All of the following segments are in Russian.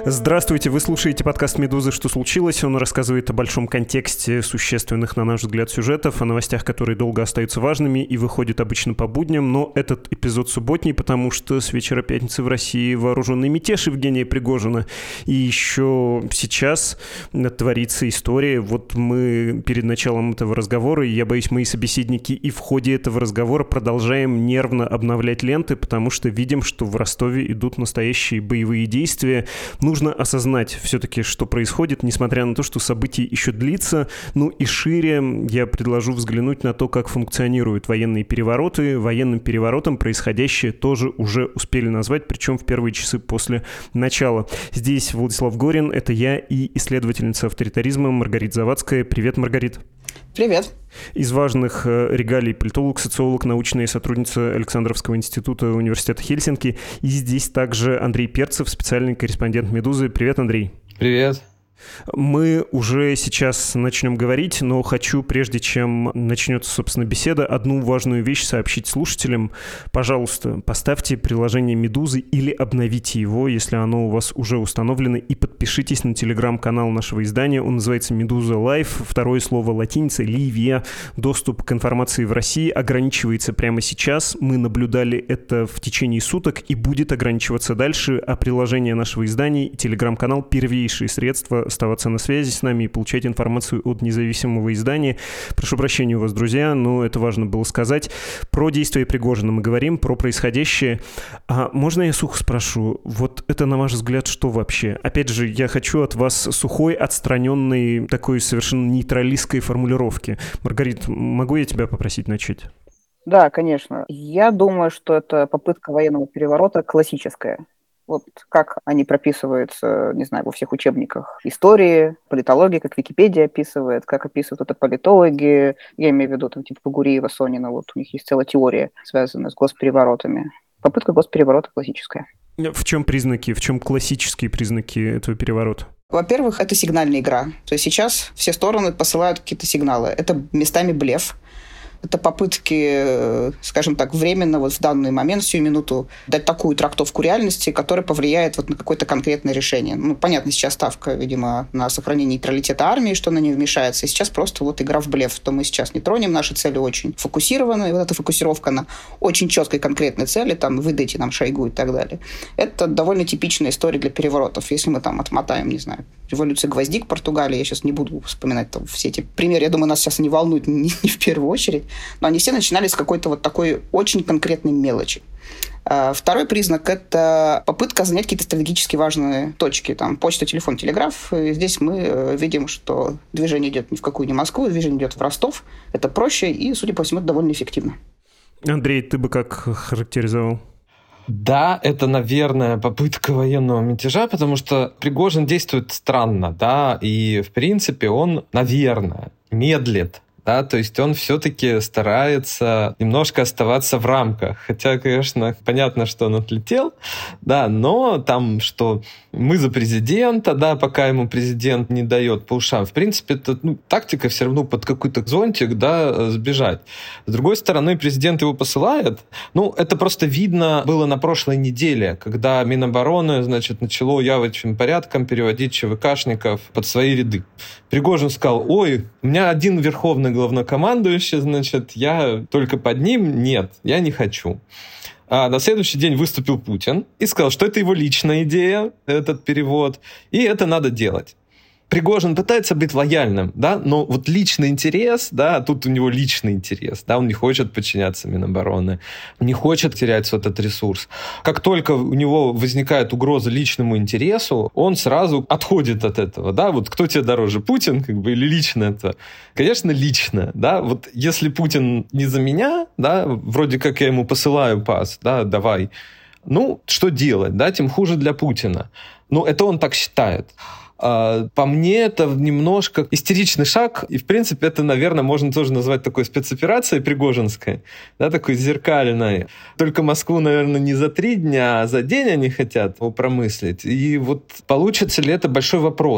Здравствуйте, вы слушаете подкаст «Медузы. Что случилось?». Он рассказывает о большом контексте существенных, на наш взгляд, сюжетов, о новостях, которые долго остаются важными и выходят обычно по будням. Но этот эпизод субботний, потому что с вечера пятницы в России вооруженный мятеж Евгения Пригожина. И еще сейчас творится история. Вот мы перед началом этого разговора, и я боюсь, мои собеседники и в ходе этого разговора продолжаем нервно обновлять ленты, потому что видим, что в Ростове идут настоящие боевые действия. Нужно осознать все-таки, что происходит, несмотря на то, что событие еще длится. Ну и шире я предложу взглянуть на то, как функционируют военные перевороты. Военным переворотом происходящее тоже уже успели назвать, причем в первые часы после начала. Здесь Владислав Горин, это я и исследовательница авторитаризма Маргарита Завадская. Привет, Маргарита. Привет. Из важных регалий политолог, социолог, научная сотрудница Александровского института университета Хельсинки. И здесь также Андрей Перцев, специальный корреспондент «Медузы». Привет, Андрей. Привет. Мы уже сейчас начнем говорить, но хочу, прежде чем начнется, собственно, беседа, одну важную вещь сообщить слушателям. Пожалуйста, поставьте приложение «Медузы» или обновите его, если оно у вас уже установлено, и подпишитесь на телеграм-канал нашего издания. Он называется «Медуза Лайф». Второе слово латиница «Ливия». Доступ к информации в России ограничивается прямо сейчас. Мы наблюдали это в течение суток и будет ограничиваться дальше. А приложение нашего издания и телеграм-канал — первейшие средства оставаться на связи с нами и получать информацию от независимого издания. Прошу прощения у вас, друзья, но это важно было сказать. Про действия Пригожина мы говорим, про происходящее. А можно я сухо спрошу, вот это, на ваш взгляд, что вообще? Опять же, я хочу от вас сухой, отстраненной, такой совершенно нейтралистской формулировки. Маргарита, могу я тебя попросить начать? Да, конечно. Я думаю, что это попытка военного переворота классическая. Вот как они прописываются, не знаю, во всех учебниках истории, политологии, как Википедия описывает, как описывают это политологи. Я имею в виду, там, типа Гуриева, Сонина, вот у них есть целая теория, связанная с госпереворотами. Попытка госпереворота классическая. В чем признаки, в чем классические признаки этого переворота? Во-первых, это сигнальная игра. То есть сейчас все стороны посылают какие-то сигналы. Это местами блеф. Это попытки, скажем так, временно, вот в данный момент, всю минуту, дать такую трактовку реальности, которая повлияет вот на какое-то конкретное решение. Ну, понятно, сейчас ставка, видимо, на сохранение нейтралитета армии, что она не вмешается. И сейчас просто вот игра в блеф, что мы сейчас не тронем, наши цели очень фокусированы, и вот эта фокусировка на очень четкой конкретной цели, там, выдайте нам Шойгу и так далее. Это довольно типичная история для переворотов. Если мы там отмотаем, не знаю, революция гвоздик в Португалии, я сейчас не буду вспоминать там все эти примеры, я думаю, нас сейчас они волнуют не в первую очередь, но они все начинались с какой-то вот такой очень конкретной мелочи. Второй признак – это попытка занять какие-то стратегически важные точки. Там почта, телефон, телеграф. И здесь мы видим, что движение идет ни в какую не Москву, движение идет в Ростов. Это проще и, судя по всему, это довольно эффективно. Андрей, ты бы как характеризовал? Да, это, наверное, попытка военного мятежа, потому что Пригожин действует странно, да, и, в принципе, он, наверное, медлит. Да, то есть он все-таки старается немножко оставаться в рамках. Хотя, конечно, понятно, что он отлетел, да, но там, что мы за президента, да, пока ему президент не дает по ушам. В принципе, это тактика все равно под какой-то зонтик, да, сбежать. С другой стороны, президент его посылает. Это просто видно было на прошлой неделе, когда Минобороны, значит, начало явочным порядком переводить ЧВКшников под свои ряды. Пригожин сказал: ой, у меня один верховный главнокомандующий, значит, я только под ним, нет, я не хочу. А на следующий день выступил Путин и сказал, что это его личная идея, этот перевод, и это надо делать. Пригожин пытается быть лояльным, да, но вот личный интерес, да, тут у него личный интерес, да, он не хочет подчиняться Минобороны, не хочет терять вот этот ресурс. Как только у него возникает угроза личному интересу, он сразу отходит от этого, да, вот кто тебе дороже, Путин, как бы, или лично это? Конечно, лично, да, вот если Путин не за меня, да, вроде как я ему посылаю пас, да, давай, что делать, да, тем хуже для Путина. Это он так считает. По мне, это немножко истеричный шаг, и, в принципе, это, наверное, можно тоже назвать такой спецоперацией пригожинской, да, такой зеркальной. Только Москву, наверное, не за 3 дня, а за день они хотят промыслить. И вот получится ли это — большой вопрос.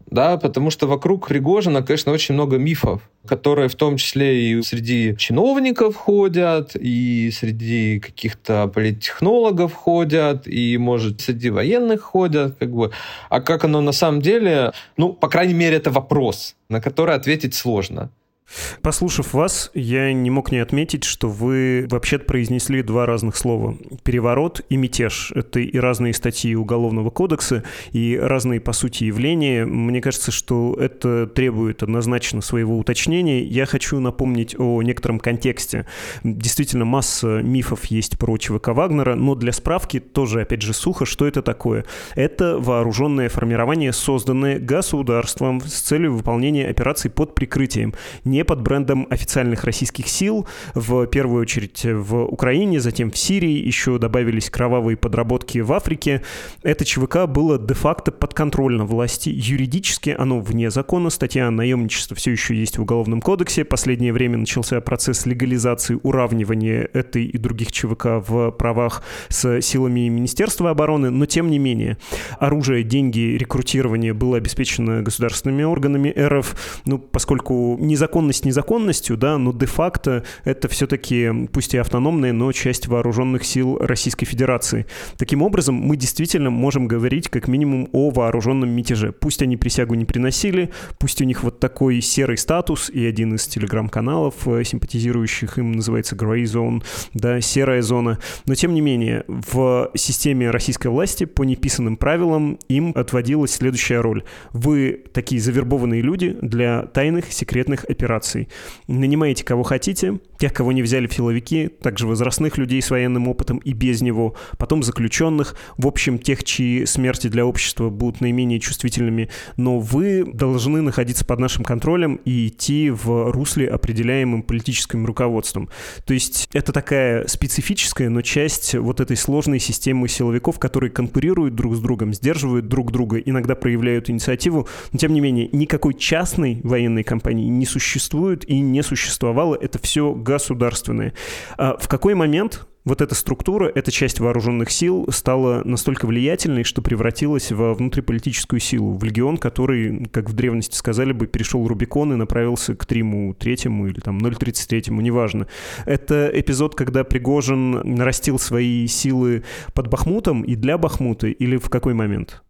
да, потому что вокруг Пригожина, конечно, очень много мифов, которые в том числе и среди чиновников ходят, и среди каких-то политтехнологов ходят, и, может, среди военных ходят, как бы. А как оно на самом деле, ну, по крайней мере, это вопрос, на который ответить сложно. Послушав вас, я не мог не отметить, что вы вообще-то произнесли два разных слова. Переворот и мятеж. Это и разные статьи Уголовного кодекса, и разные, по сути, явления. Мне кажется, что это требует однозначно своего уточнения. Я хочу напомнить о некотором контексте. Действительно, масса мифов есть про ЧВК Вагнера, но для справки тоже, опять же, сухо, что это такое. Это вооруженное формирование, созданное государством с целью выполнения операций под прикрытием, не под брендом официальных российских сил, в первую очередь в Украине, затем в Сирии, еще добавились кровавые подработки в Африке. Это ЧВК было де-факто подконтрольно власти. Юридически оно вне закона, статья о наемничестве все еще есть в Уголовном кодексе. Последнее время начался процесс легализации уравнивания этой и других ЧВК в правах с силами Министерства обороны, но тем не менее оружие, деньги, рекрутирование было обеспечено государственными органами РФ, поскольку незаконность незаконностью, да, но де-факто это все-таки, пусть и автономная, но часть вооруженных сил Российской Федерации. Таким образом, мы действительно можем говорить как минимум о вооруженном мятеже. Пусть они присягу не приносили, пусть у них вот такой серый статус, и один из телеграм-каналов, симпатизирующих им, называется Grey Zone, да, серая зона, но тем не менее, в системе российской власти по неписанным правилам им отводилась следующая роль. Вы такие завербованные люди для тайных секретных операций. Нанимаете кого хотите, тех, кого не взяли в силовики, также возрастных людей с военным опытом и без него, потом заключенных, в общем, тех, чьи смерти для общества будут наименее чувствительными, но вы должны находиться под нашим контролем и идти в русле, определяемым политическим руководством. То есть это такая специфическая, но часть вот этой сложной системы силовиков, которые конкурируют друг с другом, сдерживают друг друга, иногда проявляют инициативу, но тем не менее никакой частной военной компании не существует и не существовало, это все государственное. А в какой момент вот эта структура, эта часть вооруженных сил стала настолько влиятельной, что превратилась во внутриполитическую силу, в легион, который, как в древности сказали бы, перешел Рубикон и направился к Триму третьему или там 033-му, неважно. Это эпизод, когда Пригожин нарастил свои силы под Бахмутом и для Бахмута, или в какой момент?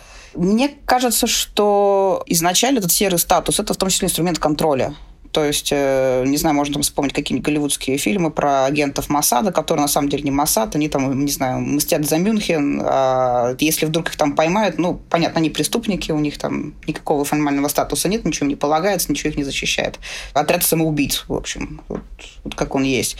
Мне кажется, что изначально этот серый статус – это в том числе инструмент контроля. То есть, не знаю, можно там вспомнить какие-нибудь голливудские фильмы про агентов Моссада, которые на самом деле не Моссад, они там, не знаю, мстят за Мюнхен, а если вдруг их там поймают, понятно, они преступники, у них там никакого формального статуса нет, ничего не полагается, ничего их не защищает. Отряд самоубийц, в общем, вот как он есть.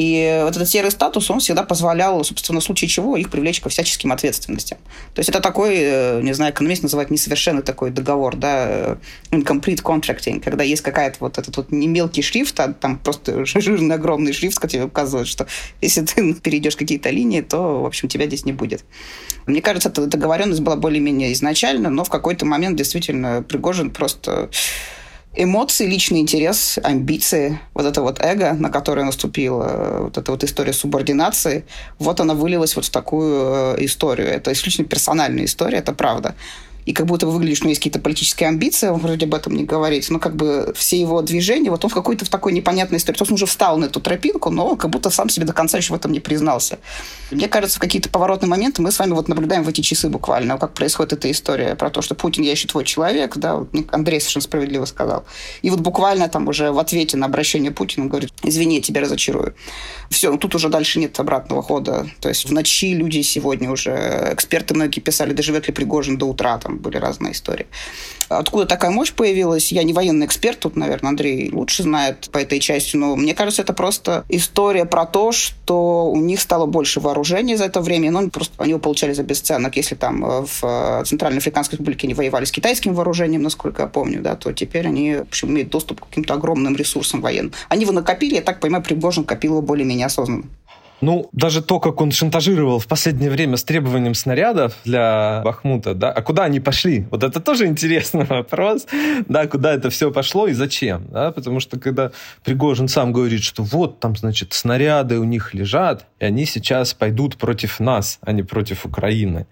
И вот этот серый статус, он всегда позволял, собственно, в случае чего их привлечь ко всяческим ответственностям. То есть это такой, не знаю, экономист называет несовершенный такой договор, да, incomplete contracting, когда есть какая-то вот этот вот не мелкий шрифт, а там просто жирный огромный шрифт, который указывает, что если ты перейдешь какие-то линии, то, в общем, тебя здесь не будет. Мне кажется, эта договоренность была более-менее изначально, но в какой-то момент действительно Пригожин просто эмоции, личный интерес, амбиции, вот это вот эго, на которое наступила вот эта вот история субординации, вот она вылилась вот в такую историю. Это исключительно персональная история, это правда. И как будто бы выглядит, что есть какие-то политические амбиции, он вроде об этом не говорит, но как бы все его движения, вот он в какой-то в такой непонятной истории. То есть он уже встал на эту тропинку, но он как будто сам себе до конца еще в этом не признался. И мне кажется, в какие-то поворотные моменты мы с вами вот наблюдаем в эти часы буквально, как происходит эта история про то, что Путин, я еще твой человек, да, вот Андрей совершенно справедливо сказал. И вот буквально там уже в ответе на обращение Путина он говорит: извини, я тебя разочарую. Все, тут уже дальше нет обратного хода. То есть в ночи люди сегодня уже, эксперты многие писали, доживет ли Пригожин до утра, там были разные истории. Откуда такая мощь появилась? Я не военный эксперт, тут, наверное, Андрей лучше знает по этой части, но мне кажется, это просто история про то, что у них стало больше вооружения за это время, но просто они его получали за бесценок. Если там в Центральной Африканской Республике они воевали с китайским вооружением, насколько я помню, да, то теперь они, в общем, имеют доступ к каким-то огромным ресурсам военным. Они его накопили, я так понимаю, Пригожин копил его более-менее осознанно. Даже то, как он шантажировал в последнее время с требованием снарядов для Бахмута, да, а куда они пошли? Вот это тоже интересный вопрос, да, куда это все пошло и зачем, да, потому что когда Пригожин сам говорит, что вот там, значит, снаряды у них лежат, и они сейчас пойдут против нас, а не против Украины.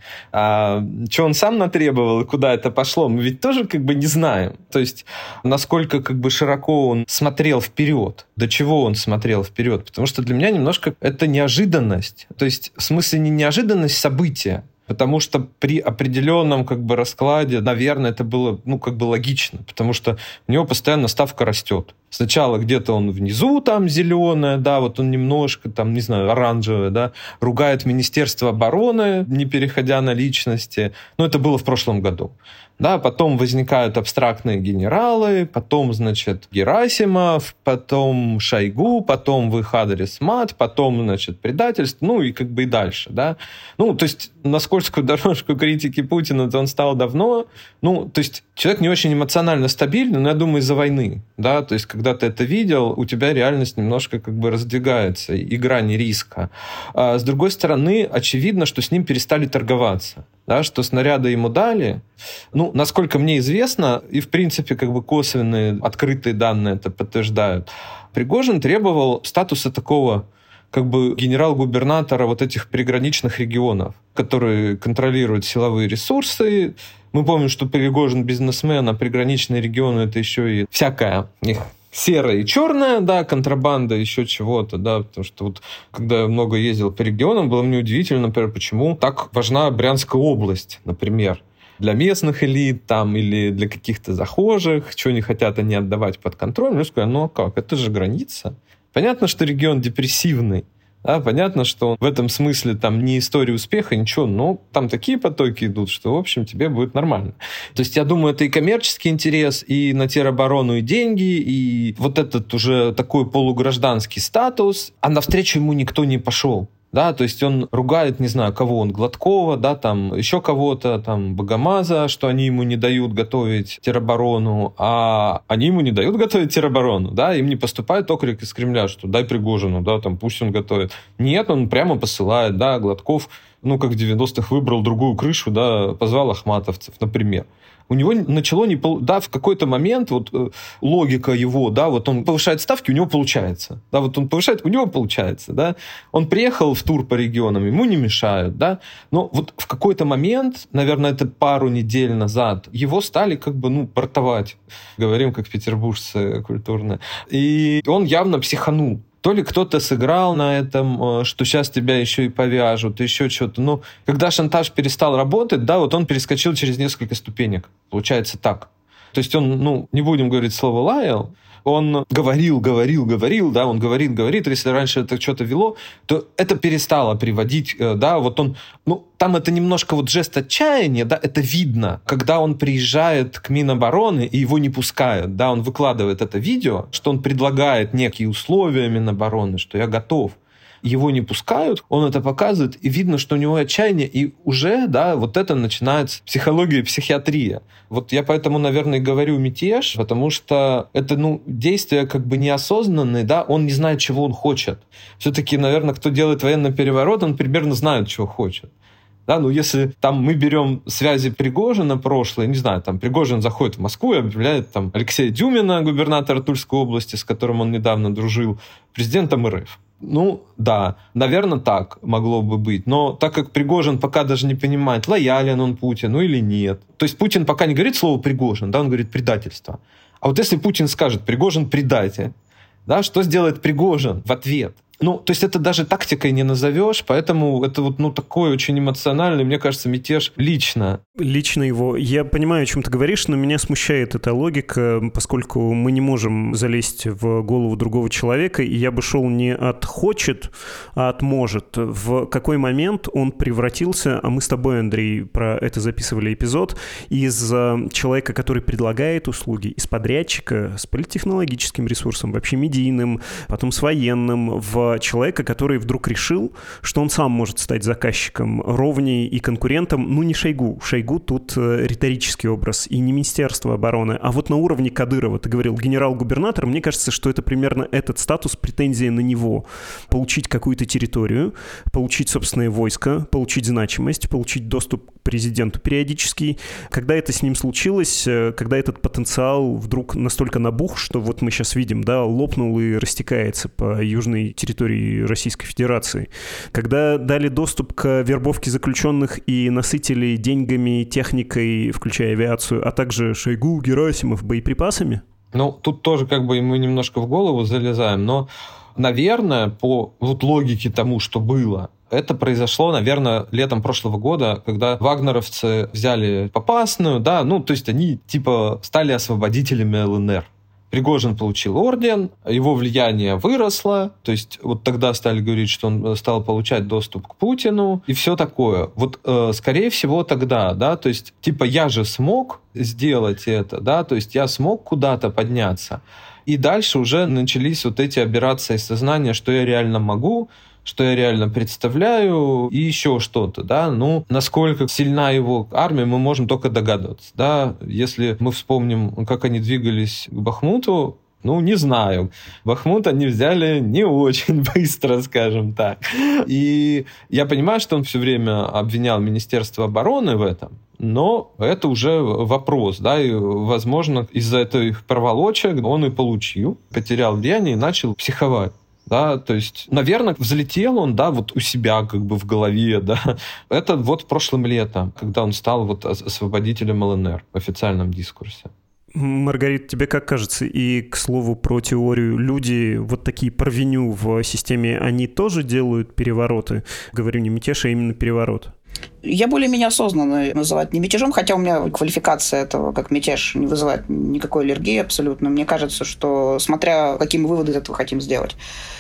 А что он сам натребовал и куда это пошло, мы ведь тоже как бы не знаем. То есть насколько как бы широко он смотрел вперед, до чего он смотрел вперед. Потому что для меня немножко это неожиданность. То есть в смысле не неожиданность события, потому что при определенном как бы раскладе, наверное, это было как бы логично, потому что у него постоянно ставка растет. Сначала где-то он внизу там зеленое, да, вот он немножко там, не знаю, оранжевое, да, ругает Министерство обороны, не переходя на личности. Это было в прошлом году. Да, потом возникают абстрактные генералы, потом, значит, Герасимов, потом Шойгу, потом в их адрес мат, потом, значит, предательство, и как бы и дальше, да. То есть на скользкую дорожку критики Путина он стал давно. То есть человек не очень эмоционально стабильный, но я думаю, из-за войны, да, то есть когда ты это видел, у тебя реальность немножко как бы раздвигается, и грани риска. А с другой стороны, очевидно, что с ним перестали торговаться, да, что снаряды ему дали. Насколько мне известно, и в принципе как бы косвенные, открытые данные это подтверждают, Пригожин требовал статуса такого как бы генерал-губернатора вот этих приграничных регионов, которые контролируют силовые ресурсы. Мы помним, что Пригожин бизнесмен, а приграничные регионы — это еще и всякая серая и черная, да, контрабанда, еще чего-то, да, потому что вот когда я много ездил по регионам, было мне удивительно, например, почему так важна Брянская область, например, для местных элит там или для каких-то захожих, чего не хотят они отдавать под контроль. Я сказал, а как, это же граница. Понятно, что регион депрессивный, да, понятно, что в этом смысле там не история успеха, ничего, но там такие потоки идут, что, в общем, тебе будет нормально. То есть, я думаю, это и коммерческий интерес, и на тероборону, и деньги, и вот этот уже такой полугражданский статус, а навстречу ему никто не пошел. Да, то есть он ругает, не знаю, кого он, Гладкова, да, там еще кого-то, там Богомаза, что они ему не дают готовить тероборону, а они ему не дают готовить тероборону, да, им не поступает окрик из Кремля, что дай Пригожину, да, там пусть он готовит. Нет, он прямо посылает, да, Гладков, как в 90-х выбрал другую крышу, да, позвал ахматовцев, например. У него начало да, в какой-то момент вот логика его, да, вот он повышает ставки, у него получается. Да, вот он повышает, у него получается, да. Он приехал в тур по регионам, ему не мешают, да. Но вот в какой-то момент, наверное, это пару недель назад, его стали как бы, портовать. Говорим, как петербуржцы культурно. И он явно психанул. То ли кто-то сыграл на этом, что сейчас тебя еще и повяжут, еще что-то. Когда шантаж перестал работать, да, вот он перескочил через несколько ступенек. Получается так. То есть он, не будем говорить слово «лаял», он говорил, да, он говорит, если раньше это что-то вело, то это перестало приводить, да, вот он, там это немножко вот жест отчаяния, да, это видно, когда он приезжает к Минобороны и его не пускают, да, он выкладывает это видео, что он предлагает некие условия Минобороны, что я готов. Его не пускают, он это показывает, и видно, что у него отчаяние, и уже, да, вот это начинается психология и психиатрия. Вот я поэтому, наверное, говорю мятеж, потому что это, действия как бы неосознанные, да, он не знает, чего он хочет. Все-таки, наверное, кто делает военный переворот, он примерно знает, чего хочет. Да, если там мы берем связи Пригожина прошлое, не знаю, там Пригожин заходит в Москву и объявляет там Алексея Дюмина, губернатора Тульской области, с которым он недавно дружил, президентом РФ. Да, наверное, так могло бы быть. Но так как Пригожин пока даже не понимает, лоялен он Путину или нет. То есть Путин пока не говорит слово «Пригожин», да, он говорит «предательство». А вот если Путин скажет «Пригожин предатель», да, что сделает Пригожин в ответ? То есть это даже тактикой не назовешь, поэтому это вот, такой очень эмоциональный, мне кажется, мятеж лично. Лично его. Я понимаю, о чем ты говоришь, но меня смущает эта логика, поскольку мы не можем залезть в голову другого человека, и я бы шел не от «хочет», а от «может». В какой момент он превратился, а мы с тобой, Андрей, про это записывали эпизод, из человека, который предлагает услуги, из подрядчика с политтехнологическим ресурсом, вообще медийным, потом с военным, в человека, который вдруг решил, что он сам может стать заказчиком ровней и конкурентом, не Шойгу. Шойгу тут риторический образ, и не Министерство обороны, а вот на уровне Кадырова. Ты говорил, генерал-губернатор, мне кажется, что это примерно этот статус, претензия на него. Получить какую-то территорию, получить собственное войско, получить значимость, получить доступ к президенту периодически. Когда это с ним случилось, когда этот потенциал вдруг настолько набух, что вот мы сейчас видим, да, лопнул и растекается по южной территории Российской Федерации. Когда дали доступ к вербовке заключенных и насытили деньгами, техникой, включая авиацию, а также Шойгу, Герасимов, боеприпасами? Ну, тут тоже как бы мы немножко в голову залезаем, но, наверное, по вот логике тому, что было, это произошло, наверное, летом прошлого года, когда вагнеровцы взяли Попасную, да, ну, то есть они типа стали освободителями ЛНР. Пригожин получил орден, его влияние выросло, то есть вот тогда стали говорить, что он стал получать доступ к Путину и все такое. Вот, скорее всего, тогда, да, то есть типа я же смог сделать это, да, то есть я смог куда-то подняться. И дальше уже начались вот эти аберрации сознания, что я реально могу, что я реально представляю, и еще что-то, да. Ну, насколько сильна его армия, мы можем только догадываться, да. Если мы вспомним, как они двигались к Бахмуту, ну, не знаю. Бахмут они взяли не очень быстро, скажем так. И я понимаю, что он все время обвинял Министерство обороны в этом, но это уже вопрос, да, и, возможно, из-за этих проволочек он и потерял влияние и начал психовать. Да, то есть, наверное, взлетел он, да, вот у себя как бы в голове, да. Это вот прошлым летом, когда он стал вот освободителем ЛНР в официальном дискурсе. Маргарита, тебе как кажется, и, к слову, про теорию, люди вот такие провиню в системе, они тоже делают перевороты? Говорю не мятеж, а именно переворот. Я более-менее осознанно называть не мятежом, хотя у меня квалификация этого как мятеж не вызывает никакой аллергии абсолютно. Мне кажется, что смотря какие мы выводы из этого хотим сделать.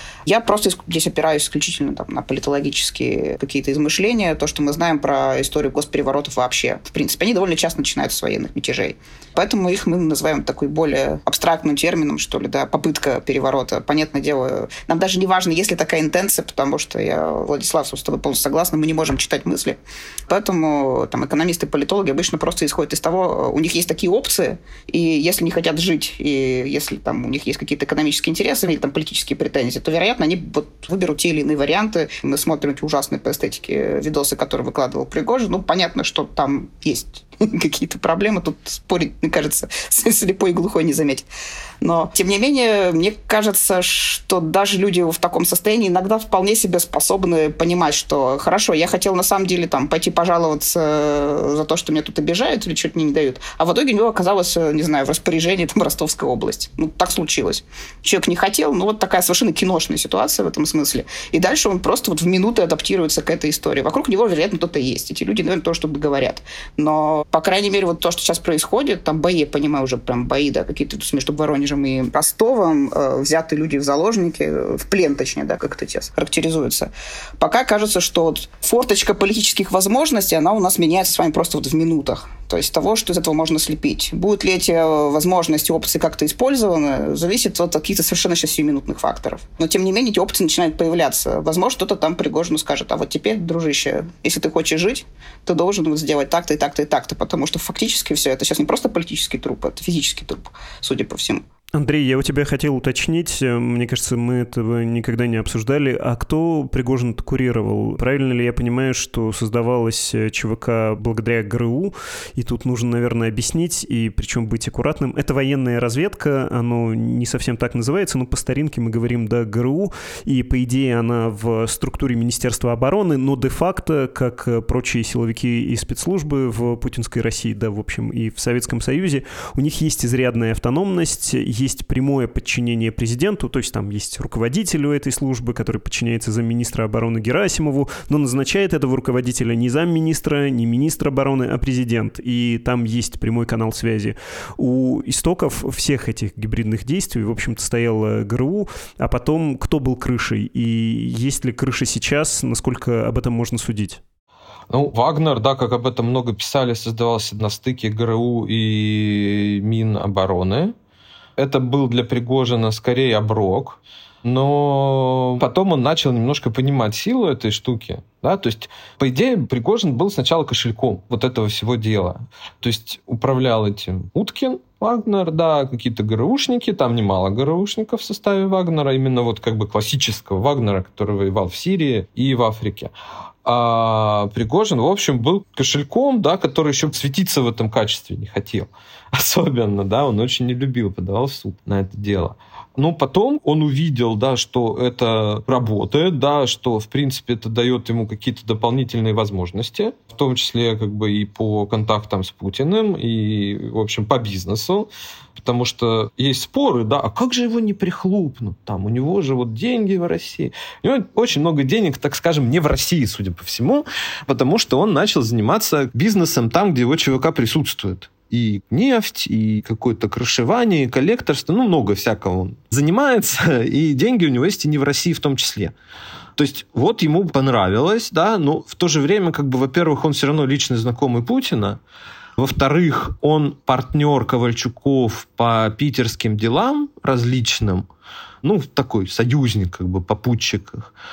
Я просто здесь опираюсь исключительно там, на политологические какие-то измышления, то, что мы знаем про историю госпереворотов вообще. В принципе, они довольно часто начинаются с военных мятежей. Поэтому их мы называем такой более абстрактным термином, что ли, да, попытка переворота. Понятное дело, нам даже не важно, есть ли такая интенция, потому что я, Владислав, с тобой полностью согласна, мы не можем читать мысли. Поэтому там, экономисты и политологи обычно просто исходят из того, у них есть такие опции, и если не хотят жить, и если там, у них есть какие-то экономические интересы или там, политические претензии, то, вероятно, они вот выберут те или иные варианты. Мы смотрим эти ужасные по эстетике видосы, которые выкладывал Пригожин. Ну, понятно, что там есть какие-то проблемы. Тут спорить, мне кажется, слепой и глухой не заметит. Но, тем не менее, мне кажется, что даже люди в таком состоянии иногда вполне себе способны понимать, что хорошо, я хотел на самом деле там пойти пожаловаться за то, что меня тут обижают или что-то мне не дают. А в итоге у него оказалось, не знаю, в распоряжении там Ростовской области. Ну, так случилось. Человек не хотел, ну, вот такая совершенно киношная ситуация в этом смысле. И дальше он просто вот в минуты адаптируется к этой истории. Вокруг него, вероятно, кто-то есть. Эти люди, наверное, тоже что-то говорят. Но, по крайней мере, вот то, что сейчас происходит, там бои, я понимаю, уже прям бои, да, какие-то между Воронежем и Ростовом, взяты люди в заложники, в плен, точнее, да, как это сейчас характеризуется. Пока кажется, что вот форточка политических возможностей, она у нас меняется с вами просто вот в минутах. То есть того, что из этого можно слепить. Будут ли эти возможности, опции как-то использованы, зависит от каких-то совершенно сейчас сиюминутных факторов. Но, тем не менее, эти опции начинают появляться. Возможно, кто-то там Пригожину скажет, а вот теперь, дружище, если ты хочешь жить, ты должен вот сделать так-то и так-то и так-то, потому что фактически все это сейчас не просто политический труп, это физический труп, судя по всему. Андрей, я у тебя хотел уточнить, мне кажется, мы этого никогда не обсуждали, а кто Пригожин-то курировал? Правильно ли я понимаю, что создавалась ЧВК благодаря ГРУ, и тут нужно, наверное, объяснить, и причем быть аккуратным. Это военная разведка, оно не совсем так называется, но по старинке мы говорим, да, ГРУ, и по идее она в структуре Министерства обороны, но де-факто, как прочие силовики и спецслужбы в путинской России, да, в общем, и в Советском Союзе, у них есть изрядная автономность, есть прямое подчинение президенту, то есть там есть руководитель у этой службы, который подчиняется замминистра обороны Герасимову, но назначает этого руководителя не замминистра, не министр обороны, а президент. И там есть прямой канал связи. У истоков всех этих гибридных действий, в общем-то, стояла ГРУ, а потом кто был крышей? И есть ли крыша сейчас? Насколько об этом можно судить? Ну, Вагнер, да, как об этом много писали, создавался на стыке ГРУ и Минобороны. Это был для Пригожина скорее оброк, но потом он начал немножко понимать силу этой штуки. Да? То есть, по идее, Пригожин был сначала кошельком вот этого всего дела. То есть управлял этим Уткин, Вагнер, да, какие-то ГРУшники, там немало ГРУшников в составе Вагнера, именно вот как бы классического Вагнера, который воевал в Сирии и в Африке. А Пригожин, в общем, был кошельком, да, который еще светиться в этом качестве не хотел. Особенно, да, он очень не любил, подавал в суд на это дело. Но потом он увидел, да, что это работает, да, что, в принципе, это дает ему какие-то дополнительные возможности, в том числе как бы и по контактам с Путиным, и, в общем, по бизнесу. Потому что есть споры, да, а как же его не прихлопнут? Там, у него же вот деньги в России. У него очень много денег, так скажем, не в России, судя по всему, потому что он начал заниматься бизнесом там, где его ЧВК присутствует. И нефть, и какое-то крышевание, и коллекторство, ну, много всякого он занимается, и деньги у него есть и не в России в том числе. То есть вот ему понравилось, да, но в то же время, как бы, во-первых, он все равно личный знакомый Путина, во-вторых, он партнер Ковальчуков по питерским делам различным, ну, такой союзник, как бы, попутчик.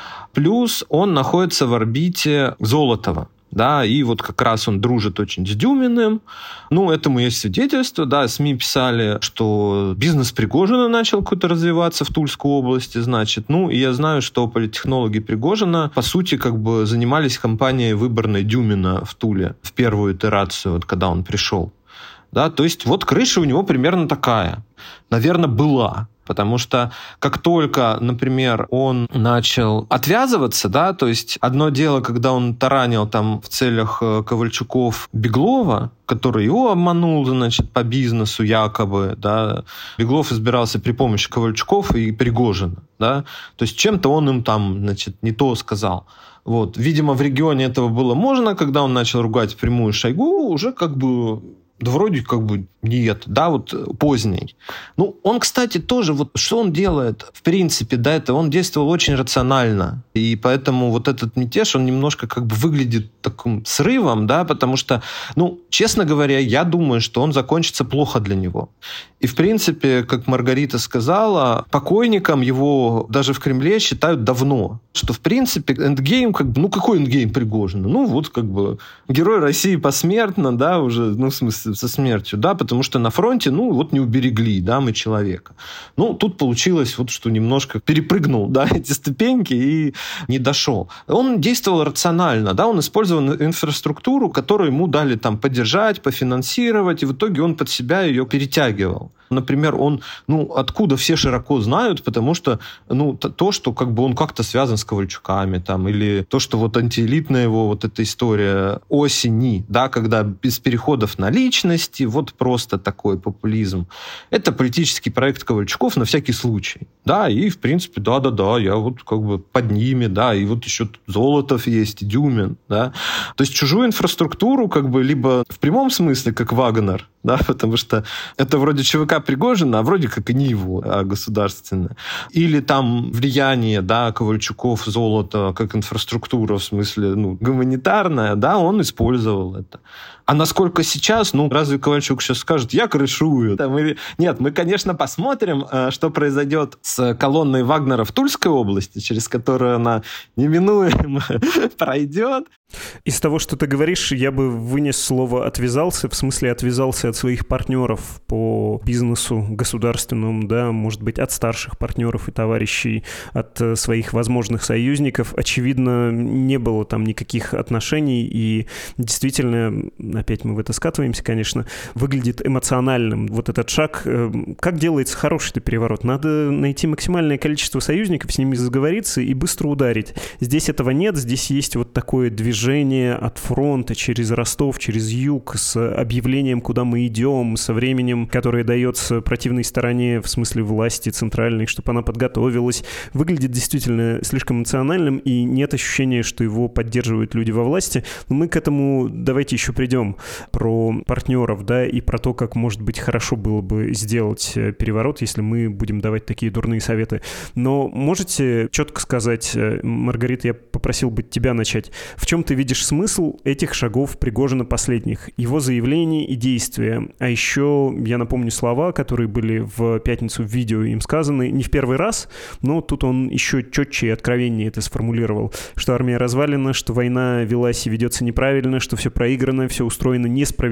Плюс он находится в орбите Золотова. Да, и вот как раз он дружит очень с Дюминым. Ну, этому есть свидетельство. Да, СМИ писали, что бизнес Пригожина начал какой-то развиваться в Тульской области, значит. Ну, и я знаю, что политтехнологи Пригожина, по сути, как бы занимались кампанией выборной Дюмина в Туле в первую итерацию, вот когда он пришел. Да, то есть вот крыша у него примерно такая. Наверное, была. Потому что как только, например, он начал отвязываться, да, то есть одно дело, когда он таранил там в целях Ковальчуков Беглова, который его обманул, значит, по бизнесу якобы, да, Беглов избирался при помощи Ковальчуков и Пригожина, да, то есть чем-то он им там, значит, не то сказал. Вот. Видимо, в регионе этого было можно, когда он начал ругать впрямую Шойгу, уже как бы... Да вроде как бы нет, да, вот поздний. Ну, он, кстати, тоже, вот что он делает, в принципе, да, это он действовал очень рационально. И поэтому вот этот мятеж, он немножко как бы выглядит таким срывом, да, потому что, ну, честно говоря, я думаю, что он закончится плохо для него. И, в принципе, как Маргарита сказала, покойником его даже в Кремле считают давно. Что, в принципе, эндгейм, как бы, ну, какой эндгейм Пригожина? Ну, вот, как бы, герой России посмертно, да, уже, ну, в смысле, со смертью, да, потому что на фронте, ну, вот не уберегли, да, мы человека. Ну, тут получилось вот, что немножко перепрыгнул, да, эти ступеньки и не дошел. Он действовал рационально, да, он использовал инфраструктуру, которую ему дали там поддержать, пофинансировать, и в итоге он под себя ее перетягивал. Например, он, ну, откуда все широко знают, потому что, ну, то, что как бы он как-то связан с Ковальчуками, там, или то, что вот антиэлитная его вот эта история осени, да, когда без переходов на личности, вот просто такой популизм. Это политический проект Ковальчуков на всякий случай. Да, и, в принципе, да-да-да, я вот как бы под ними, да, и вот еще Золотов есть, и Дюмин, да. То есть чужую инфраструктуру как бы либо в прямом смысле, как Вагнер, да, потому что это вроде ЧВК Пригожина, а вроде как и не его, а государственное. Или там влияние, да, Ковальчуков, Золотова, как инфраструктура, в смысле, ну, гуманитарная, да, он использовал это. А насколько сейчас, ну, разве Ковальчук сейчас скажет, я крышую? Там, или... Нет, мы, конечно, посмотрим, что произойдет с колонной Вагнера в Тульской области, через которую она неминуемо пройдет. Из того, что ты говоришь, я бы вынес слово «отвязался», в смысле отвязался от своих партнеров по бизнесу государственному, да, может быть, от старших партнеров и товарищей, от своих возможных союзников. Очевидно, не было там никаких отношений, и действительно, опять мы в это скатываемся, конечно, выглядит эмоциональным вот этот шаг. Как делается хороший-то переворот? Надо найти максимальное количество союзников, с ними заговориться и быстро ударить. Здесь этого нет, здесь есть вот такое движение от фронта через Ростов, через юг, с объявлением, куда мы идем, со временем, которое дается противной стороне, в смысле власти центральной, чтобы она подготовилась. Выглядит действительно слишком эмоциональным, и нет ощущения, что его поддерживают люди во власти. Но мы к этому давайте еще придем. Про партнеров, да, и про то, как, может быть, хорошо было бы сделать переворот, если мы будем давать такие дурные советы. Но можете четко сказать, Маргарита, я попросил бы тебя начать, в чем ты видишь смысл этих шагов Пригожина последних, его заявлений и действия? А еще я напомню слова, которые были в пятницу в видео им сказаны не в первый раз, но тут он еще четче и откровеннее это сформулировал, что армия развалена, что война велась и ведется неправильно, что все проиграно, все устроено несправедливо,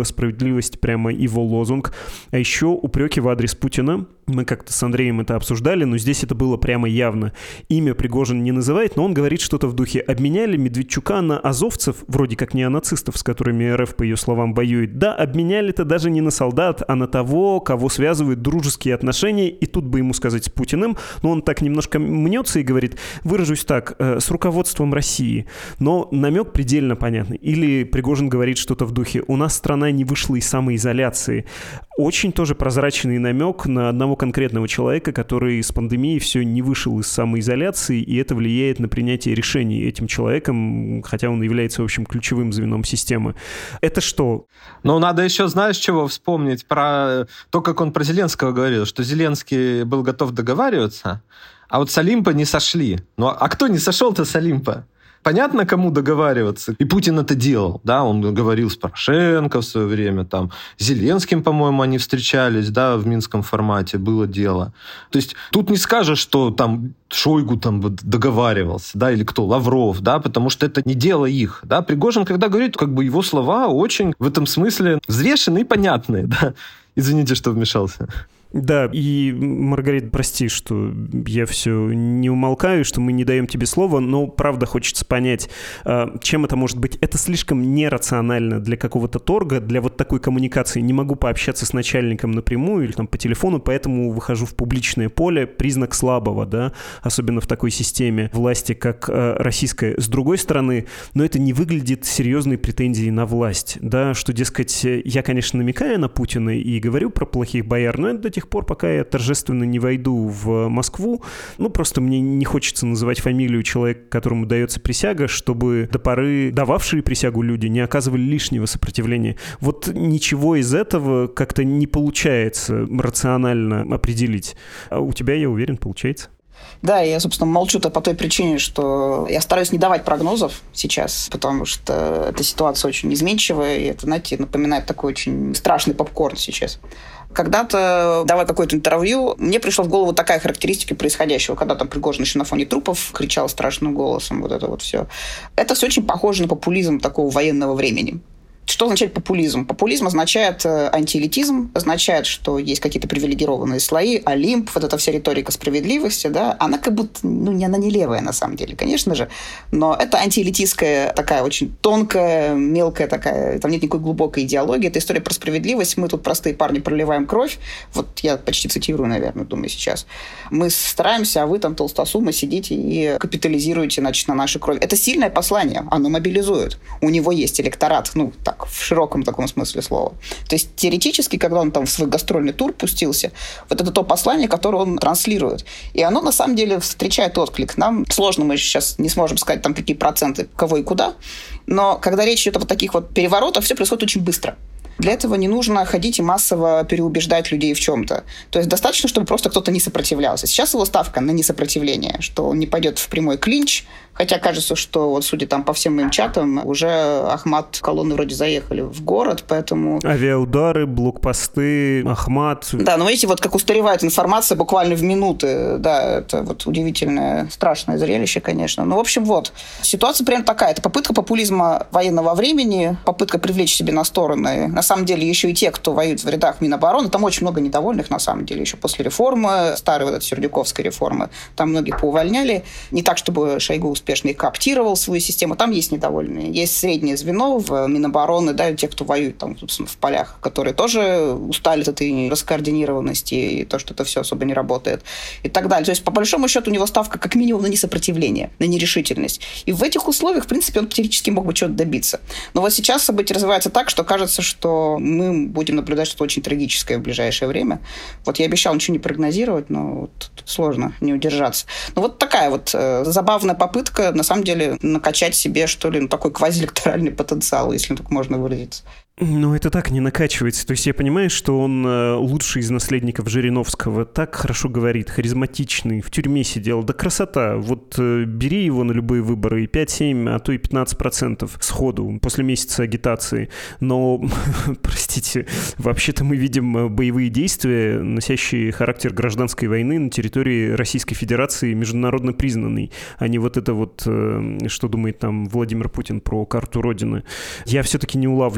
справедливость прямо его лозунг. А еще упреки в адрес Путина. Мы как-то с Андреем это обсуждали, но здесь это было прямо явно. Имя Пригожин не называет, но он говорит что-то в духе: обменяли Медведчука на азовцев, вроде как не о нацистов, с которыми РФ, по ее словам, воюет. Да, обменяли-то даже не на солдат, а на того, кого связывают дружеские отношения. И тут бы ему сказать с Путиным, но он так немножко мнется и говорит, выражусь так, с руководством России. Но намек предельно понятный. Или Пригожин говорит что-то в духе: у нас страна не вышла из самоизоляции. Очень тоже прозрачный намек на одного конкретного человека, который с пандемией все не вышел из самоизоляции, и это влияет на принятие решений этим человеком, хотя он является, в общем, ключевым звеном системы. Это что? Ну, надо еще, знаешь, чего вспомнить? Про то, как он про Зеленского говорил, что Зеленский был готов договариваться, а вот с Олимпа не сошли. Ну, а кто не сошел-то с Олимпа? Понятно, кому договариваться. И Путин это делал, да, он говорил с Порошенко в свое время, там, с Зеленским, по-моему, они встречались, да, в минском формате, было дело. То есть тут не скажешь, что там Шойгу там договаривался, да, или кто, Лавров, да, потому что это не дело их, да. Пригожин, когда говорит, как бы его слова очень в этом смысле взвешенные и понятные, да. Извините, что вмешался. Да, и, Маргарита, прости, что я все не умолкаю, что мы не даем тебе слова, но правда хочется понять, чем это может быть. Это слишком нерационально для какого-то торга, для вот такой коммуникации. Не могу пообщаться с начальником напрямую или там по телефону, поэтому выхожу в публичное поле. Признак слабого, да, особенно в такой системе власти, как российская. С другой стороны, но это не выглядит серьезной претензией на власть, да, что, дескать, я, конечно, намекаю на Путина и говорю про плохих бояр, но это до тех пор, пока я торжественно не войду в Москву. Ну, просто мне не хочется называть фамилию человека, которому дается присяга, чтобы до поры дававшие присягу люди не оказывали лишнего сопротивления. Вот ничего из этого как-то не получается рационально определить. А у тебя, я уверен, получается. Да, я, собственно, молчу-то по той причине, что я стараюсь не давать прогнозов сейчас, потому что эта ситуация очень изменчивая, и это, знаете, напоминает такой очень страшный попкорн сейчас. Когда-то, давая какое-то интервью, мне пришла в голову такая характеристика происходящего, когда там Пригожин еще на фоне трупов кричал страшным голосом, вот это вот все. Это все очень похоже на популизм такого военного времени. Что означает популизм? Популизм означает антиэлитизм, означает, что есть какие-то привилегированные слои, Олимп, вот эта вся риторика справедливости, да, она как будто, она не левая на самом деле, конечно же, но это антиэлитистская такая очень тонкая, мелкая такая, там нет никакой глубокой идеологии, это история про справедливость, мы тут простые парни проливаем кровь, вот я почти цитирую, наверное, думаю сейчас, мы стараемся, а вы там толстосумы сидите и капитализируете, значит, на нашей крови. Это сильное послание, оно мобилизует, у него есть электорат, в широком таком смысле слова. То есть теоретически, когда он там в свой гастрольный тур пустился, вот это то послание, которое он транслирует. И оно на самом деле встречает отклик. Нам сложно, мы сейчас не сможем сказать, там, какие проценты, кого и куда, но когда речь идет о вот таких вот переворотах, все происходит очень быстро. Для этого не нужно ходить и массово переубеждать людей в чем-то. То есть достаточно, чтобы просто кто-то не сопротивлялся. Сейчас его ставка на несопротивление, что он не пойдет в прямой клинч, хотя кажется, что вот судя там по всем моим чатам, уже Ахмат колонны вроде заехали в город, поэтому... Авиаудары, блокпосты, Ахмат... Да, но видите, вот как устаревает информация буквально в минуты. Да, это вот удивительное, страшное зрелище, конечно. Ну, в общем, вот. Ситуация прям такая. Это попытка популизма военного времени, попытка привлечь себе на стороны. На самом деле, еще и те, кто воюет в рядах Минобороны, там очень много недовольных, на самом деле, еще после реформы, старой вот этой Сердюковской реформы. Там многих поувольняли. Не так, чтобы Шойгу успешно и кооптировал свою систему. Там есть недовольные. Есть среднее звено в Минобороны, да, те, кто воюет там, собственно, в полях, которые тоже устали от этой раскоординированности и то, что это все особо не работает. И так далее. То есть, по большому счету, у него ставка как минимум на несопротивление, на нерешительность. И в этих условиях, в принципе, он теоретически мог бы чего-то добиться. Но вот сейчас события развиваются так, что кажется, что мы будем наблюдать что-то очень трагическое в ближайшее время. Вот я обещал ничего не прогнозировать, но вот тут сложно не удержаться. Ну, вот такая вот забавная попытка, на самом деле, накачать себе, что ли, такой квазиэлекторальный потенциал, если так можно выразиться. Ну, это так не накачивается. То есть я понимаю, что он лучший из наследников Жириновского, так хорошо говорит, харизматичный, в тюрьме сидел. Да красота. Вот бери его на любые выборы, и 5-7, а то и 15% сходу после месяца агитации. Но, простите, вообще-то мы видим боевые действия, носящие характер гражданской войны на территории Российской Федерации, международно признанной, а не вот это вот, что думает там Владимир Путин про карту Родины. Я все-таки не улавливаю.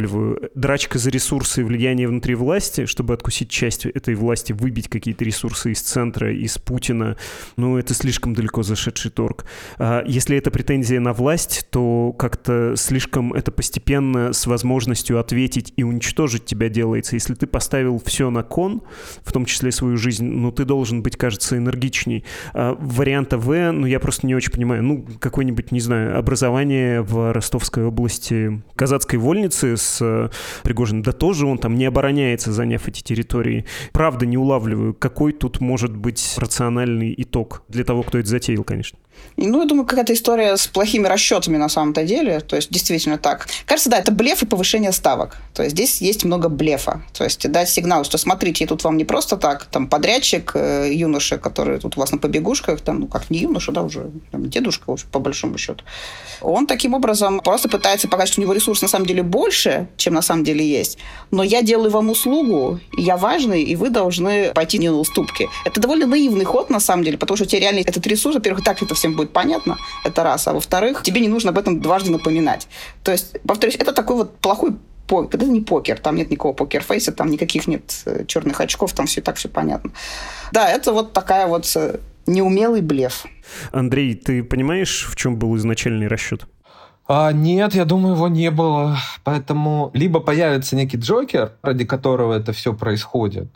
драчка за ресурсы и влияние внутри власти, чтобы откусить часть этой власти, выбить какие-то ресурсы из центра, из Путина, ну, это слишком далеко зашедший торг. Если это претензия на власть, то как-то слишком это постепенно с возможностью ответить и уничтожить тебя делается. Если ты поставил все на кон, в том числе свою жизнь, ну, ты должен быть, кажется, энергичней. Варианта В, ну, я просто не очень понимаю. Ну, какое-нибудь, не знаю, образование в Ростовской области казацкой вольницы с Пригожиным, да тоже он там не обороняется, заняв эти территории. Правда, не улавливаю, какой тут может быть рациональный итог для того, кто это затеял, конечно. Ну, я думаю, какая-то история с плохими расчетами на самом-то деле. То есть, действительно так. Кажется, да, это блеф и повышение ставок. То есть, здесь есть много блефа. То есть, дать сигнал, что смотрите, я тут вам не просто так, там, подрядчик, юноша, который тут у вас на побегушках, там, ну, как не юноша, да, уже там, дедушка, в общем, по большому счету. Он таким образом просто пытается показать, что у него ресурс на самом деле больше, чем на самом деле есть. Но я делаю вам услугу, и я важный, и вы должны пойти мне на уступки. Это довольно наивный ход, на самом деле, потому что тебе реально этот ресурс, во-первых, так это всем будет понятно, это раз, а во-вторых, тебе не нужно об этом дважды напоминать. То есть, повторюсь, это такой вот плохой покер. Это не покер, там нет никакого покер-фейса, там никаких нет черных очков, там все так все понятно. Да, это вот такая вот неумелый блеф. Андрей, ты понимаешь, в чем был изначальный расчет? Нет, я думаю, его не было. Поэтому либо появится некий Джокер, ради которого это все происходит,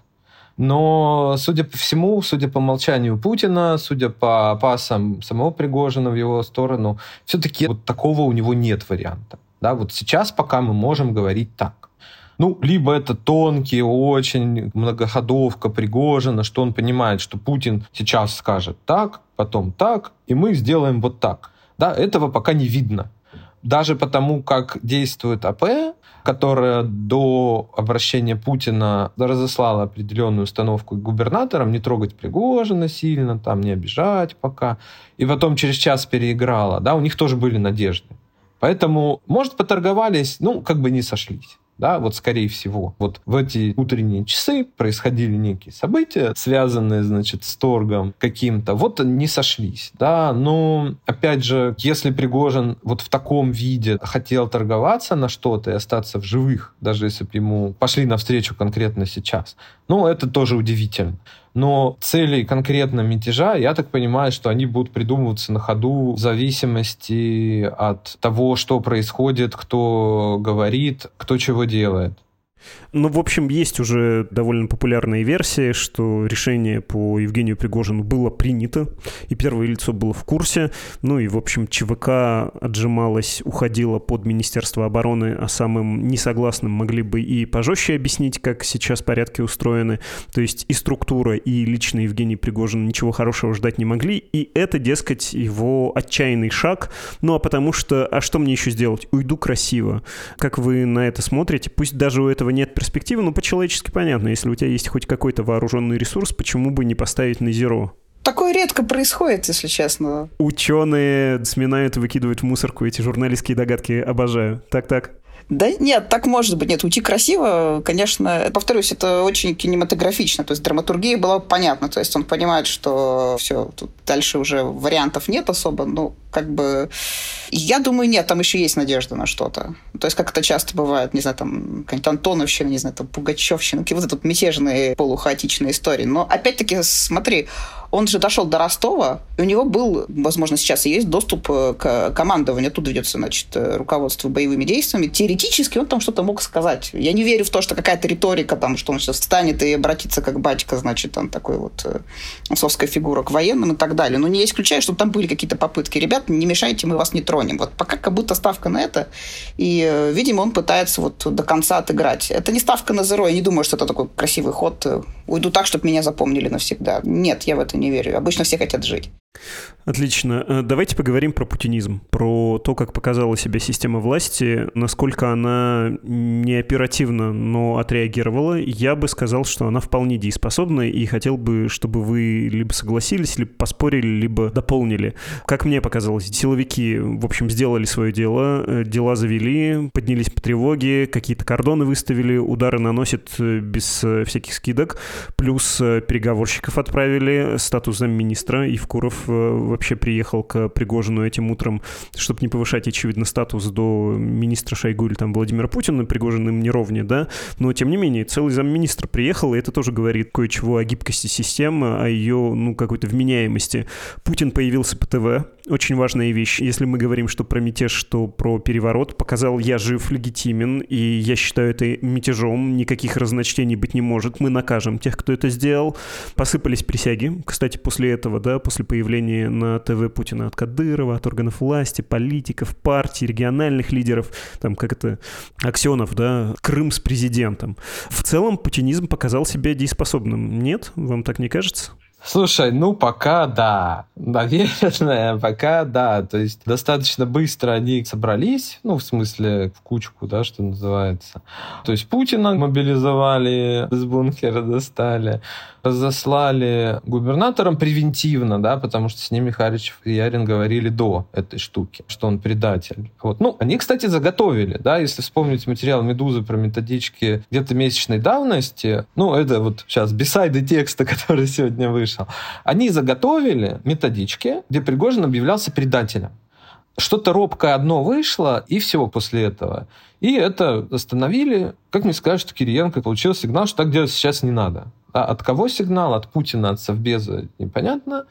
но, судя по всему, судя по молчанию Путина, судя по пасам самого Пригожина в его сторону, все-таки вот такого у него нет варианта. Да, вот сейчас пока мы можем говорить так. Ну, либо это тонкий, очень многоходовка Пригожина, что он понимает, что Путин сейчас скажет так, потом так, и мы сделаем вот так. Да, этого пока не видно. Даже потому, как действует АП, которая до обращения Путина разослала определенную установку губернаторам не трогать Пригожина сильно, там, не обижать пока, и потом через час переиграла, да, у них тоже были надежды. Поэтому, может, поторговались, ну, как бы не сошлись. Да, вот скорее всего. Вот в эти утренние часы происходили некие события, связанные, значит, с торгом каким-то. Вот не сошлись, да. Но, опять же, если Пригожин вот в таком виде хотел торговаться на что-то и остаться в живых, даже если бы ему пошли навстречу конкретно сейчас, ну, это тоже удивительно. Но цели конкретно мятежа, я так понимаю, что они будут придумываться на ходу в зависимости от того, что происходит, кто говорит, кто чего делает. Ну, в общем, есть уже довольно популярная версия, что решение по Евгению Пригожину было принято, и первое лицо было в курсе. Ну и, в общем, ЧВК отжималось, уходило под Министерство обороны, а самым несогласным могли бы и пожестче объяснить, как сейчас порядки устроены. То есть и структура, и лично Евгений Пригожин ничего хорошего ждать не могли, и это, дескать, его отчаянный шаг. Ну, а потому что, а что мне еще сделать? Уйду красиво. Как вы на это смотрите? Пусть даже у этого нет перспективы, но по-человечески понятно, если у тебя есть хоть какой-то вооруженный ресурс, почему бы не поставить на зеро? Такое редко происходит, если честно. Ученые сминают и выкидывают в мусорку эти журналистские догадки, обожаю. Так. Да нет, так может быть. Нет, уйти красиво, конечно, повторюсь, это очень кинематографично. То есть драматургия была понятна. То есть он понимает, что все, тут дальше уже вариантов нет особо. Ну, как бы... Я думаю, нет, там еще есть надежда на что-то. То есть, как это часто бывает, не знаю, там, какая-нибудь Антоновщина, не знаю, там, Пугачевщина, вот эти вот мятежные полухаотичные истории. Но, опять-таки, смотри, он же дошел до Ростова, и у него был, возможно, сейчас и есть доступ к командованию. Оттуда ведется, значит, руководство боевыми действиями. Теоретически он там что-то мог сказать. Я не верю в то, что какая-то риторика, там, что он сейчас встанет и обратится как батька, значит, там, такой вот отцовская фигура к военным и так далее. Но не исключаю, что там были какие-то попытки. Ребят, не мешайте, мы вас не тронем. Вот пока как будто ставка на это, и, видимо, он пытается вот до конца отыграть. Это не ставка на зеро, я не думаю, что это такой красивый ход. Уйду так, чтобы меня запомнили навсегда. Нет, я в это не верю. Обычно все хотят жить. Отлично. Давайте поговорим про путинизм, про то, как показала себя система власти, насколько она не оперативно, но отреагировала. Я бы сказал, что она вполне дееспособна, и хотел бы, чтобы вы либо согласились, либо поспорили, либо дополнили. Как мне показалось, силовики, в общем, сделали свое дело, дела завели, поднялись по тревоге, какие-то кордоны выставили, удары наносят без всяких скидок, плюс переговорщиков отправили, статус замминистра Евкуров вообще приехал к Пригожину этим утром, чтобы не повышать, очевидно, статус до министра Шойгу или там Владимира Путина, Пригожин им не ровнее, да, но тем не менее целый замминистра приехал, и это тоже говорит кое-чего о гибкости системы, о ее, какой-то вменяемости. Путин появился по ТВ, очень важная вещь. Если мы говорим, что про мятеж, что про переворот, показал: я жив, легитимен, и я считаю это мятежом, никаких разночтений быть не может, мы накажем тех, кто это сделал. Посыпались присяги, кстати, после этого, да, после появления на ТВ Путина от Кадырова, от органов власти, политиков, партий, региональных лидеров, там, как это, Аксенов, да, Крым с президентом. В целом путинизм показал себя дееспособным. Нет? Вам так не кажется? Слушай, пока да. Наверное, пока да. То есть достаточно быстро они собрались, в смысле в кучку, да, что называется. То есть Путина мобилизовали, из бункера достали, разослали губернаторам превентивно, да, потому что с ними Харичев и Ярин говорили до этой штуки, что он предатель. Они, кстати, заготовили, да, если вспомнить материал «Медузы» про методички где-то месячной давности, это вот сейчас бисайды текста, который сегодня вышел, они заготовили методички, где Пригожин объявлялся предателем. Что-то робкое одно вышло, и всего после этого. И это остановили. Как мне сказать, что Кириенко получил сигнал, что так делать сейчас не надо. А от кого сигнал? От Путина, от Совбеза, непонятно.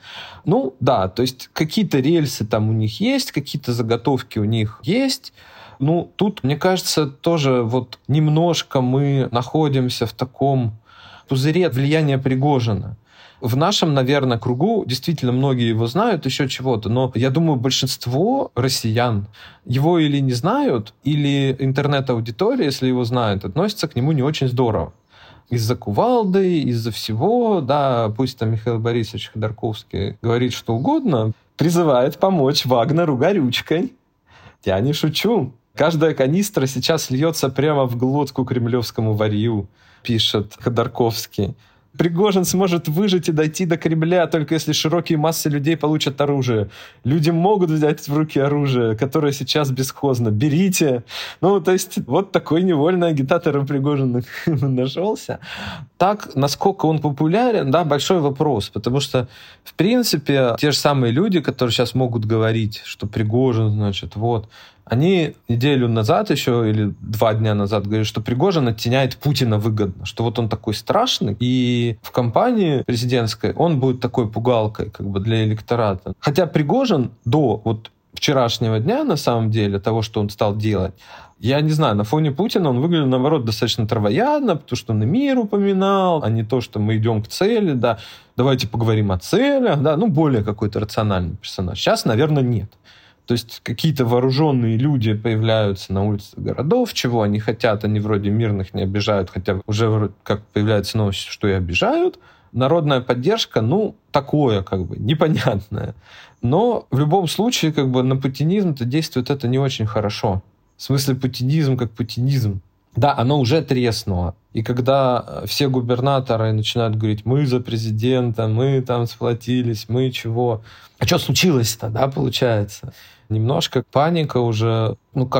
Да, то есть какие-то рельсы там у них есть, какие-то заготовки у них есть. Тут, мне кажется, тоже немножко мы находимся в таком пузыре влияния Пригожина. В нашем, наверное, кругу действительно многие его знают, еще чего-то, но я думаю, большинство россиян его или не знают, или интернет-аудитория, если его знают, относится к нему не очень здорово. Из-за кувалды, из-за всего, да, пусть там Михаил Борисович Ходорковский говорит что угодно, призывает помочь Вагнеру горючкой. Я не шучу. Каждая канистра сейчас льется прямо в глотку кремлевскому варью, пишет Ходорковский. Пригожин сможет выжить и дойти до Кремля, только если широкие массы людей получат оружие. Люди могут взять в руки оружие, которое сейчас бесхозно. Берите. То есть такой невольный агитатор Пригожин нашелся. Так, насколько он популярен, да, большой вопрос. Потому что, в принципе, те же самые люди, которые сейчас могут говорить, что Пригожин, они неделю назад еще или 2 дня назад говорили, что Пригожин оттеняет Путина выгодно, что он такой страшный, и в кампании президентской он будет такой пугалкой для электората. Хотя Пригожин до вчерашнего дня, на самом деле, того, что он стал делать, я не знаю, на фоне Путина он выглядел, наоборот, достаточно травоядно, потому что он и мир упоминал, а не то, что мы идем к цели, да, давайте поговорим о целях, да, более какой-то рациональный персонаж. Сейчас, наверное, нет. То есть какие-то вооруженные люди появляются на улицах городов, чего они хотят, они вроде мирных не обижают, хотя уже как появляется новость, что и обижают. Народная поддержка, такое непонятное. Но в любом случае на путинизм-то действует это не очень хорошо. В смысле путинизм как путинизм. Да, оно уже треснуло. И когда все губернаторы начинают говорить: мы за президента, мы там сплотились, мы чего. А что случилось-то, да, получается? Немножко паника уже,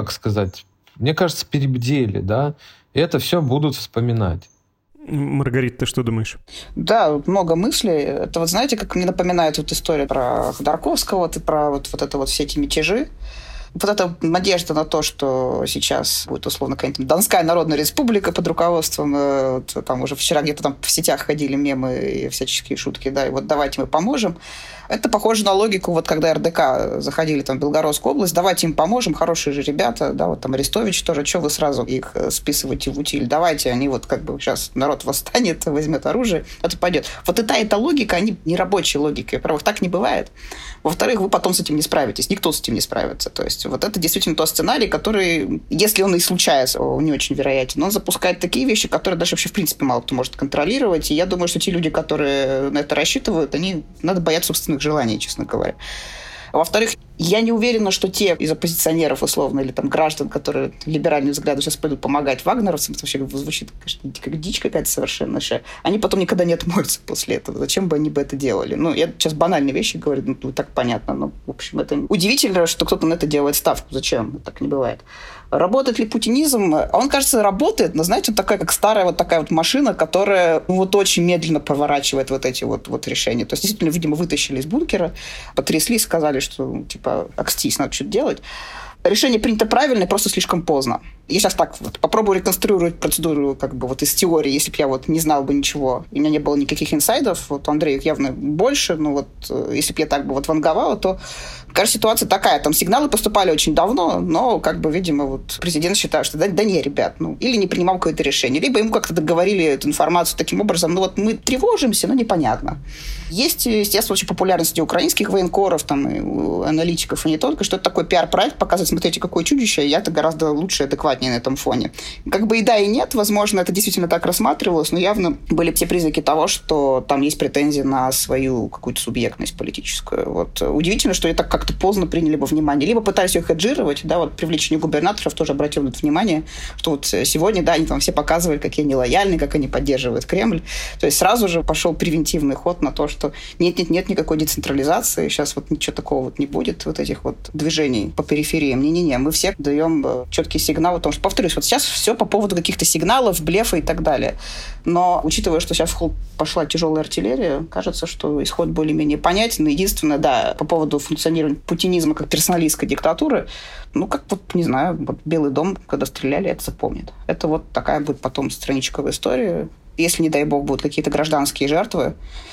мне кажется, перебдели, да. И это все будут вспоминать. Маргарита, ты что думаешь? Да, много мыслей. Это знаете, как мне напоминает история про Ходорковского, и про это все эти мятежи. Эта надежда на то, что сейчас будет, условно, какая-нибудь Донская Народная Республика под руководством, там уже вчера где-то там в сетях ходили мемы и всяческие шутки, да, и давайте мы поможем. Это похоже на логику, когда РДК заходили в Белгородскую область, давайте им поможем, хорошие же ребята, да, там Арестович тоже, что вы сразу их списываете в утиль, давайте, они сейчас народ восстанет, возьмет оружие, это пойдет. И та логика, они не рабочие логики, во-первых, так не бывает, во-вторых, вы потом с этим не справитесь, никто с этим не справится, то есть это действительно тот сценарий, который, если он и случается, он не очень вероятен, он запускает такие вещи, которые даже вообще в принципе мало кто может контролировать, и я думаю, что те люди, которые на это рассчитывают, надо бояться собственных желаний, честно говоря. Во-вторых, Я не уверена, что те из оппозиционеров, условно, или там граждан, которые либеральные взгляды сейчас пойдут помогать вагнеровцам, это вообще звучит, конечно, как дичь какая-то совершенно. Они потом никогда не отмоются после этого. Зачем бы они бы это делали? Ну, я сейчас банальные вещи говорю, ну, так понятно. Но, в общем, это удивительно, что кто-то на это делает ставку. Зачем? Так не бывает. Работает ли путинизм? Он, кажется, работает, но, знаете, он такая, как старая вот такая вот машина, которая вот очень медленно проворачивает вот эти вот решения. То есть, действительно, видимо, вытащили из бункера, потрясли, сказали, что, типа, акстись, надо что-то делать. Решение принято правильно, просто слишком поздно. Я сейчас так вот попробую реконструировать процедуру как бы вот из теории, если бы я вот не знал бы ничего, и у меня не было никаких инсайдов, вот у Андрея явно больше, но вот если бы я так бы вот ванговала, то, кажется, ситуация такая. Там сигналы поступали очень давно, но как бы, видимо, вот президент считает, что да не, ребят, ну, или не принимал какое-то решение, либо ему как-то договорили эту информацию таким образом, ну вот мы тревожимся, но непонятно. Есть, естественно, очень популярно среди украинских военкоров, там, и у аналитиков, и не только, что это такой пиар-проект, показывает, смотрите, какое чудище, я-то гораздо лучше и адекватнее на этом фоне. Как бы и да, и нет, возможно, это действительно так рассматривалось, но явно были все признаки того, что там есть претензии на свою какую-то субъектность политическую. Вот удивительно, что это как-то поздно приняли бы внимание. Либо пытались ее хеджировать, да, вот привлечение губернаторов тоже обратил на это внимание, что вот сегодня, да, они там все показывали, какие они лояльны, как они поддерживают Кремль. То есть сразу же пошел превентивный ход на то, что нет никакой децентрализации, сейчас вот ничего такого вот не будет, вот этих вот движений по перифериям. Не-не-не, мы все даем четкий сигнал о том, что, повторюсь, вот сейчас все по поводу каких-то сигналов, блефа и так далее. Но, учитывая, что сейчас в ход пошла тяжелая артиллерия, кажется, что исход более-менее понятен. Единственное, да, по поводу функционирования путинизма как персоналистской диктатуры, ну, как вот, не знаю, вот Белый дом, когда стреляли, это запомнит. Это вот такая будет потом страничка в истории. Если, не дай бог, будут какие-то гражданские жертвы,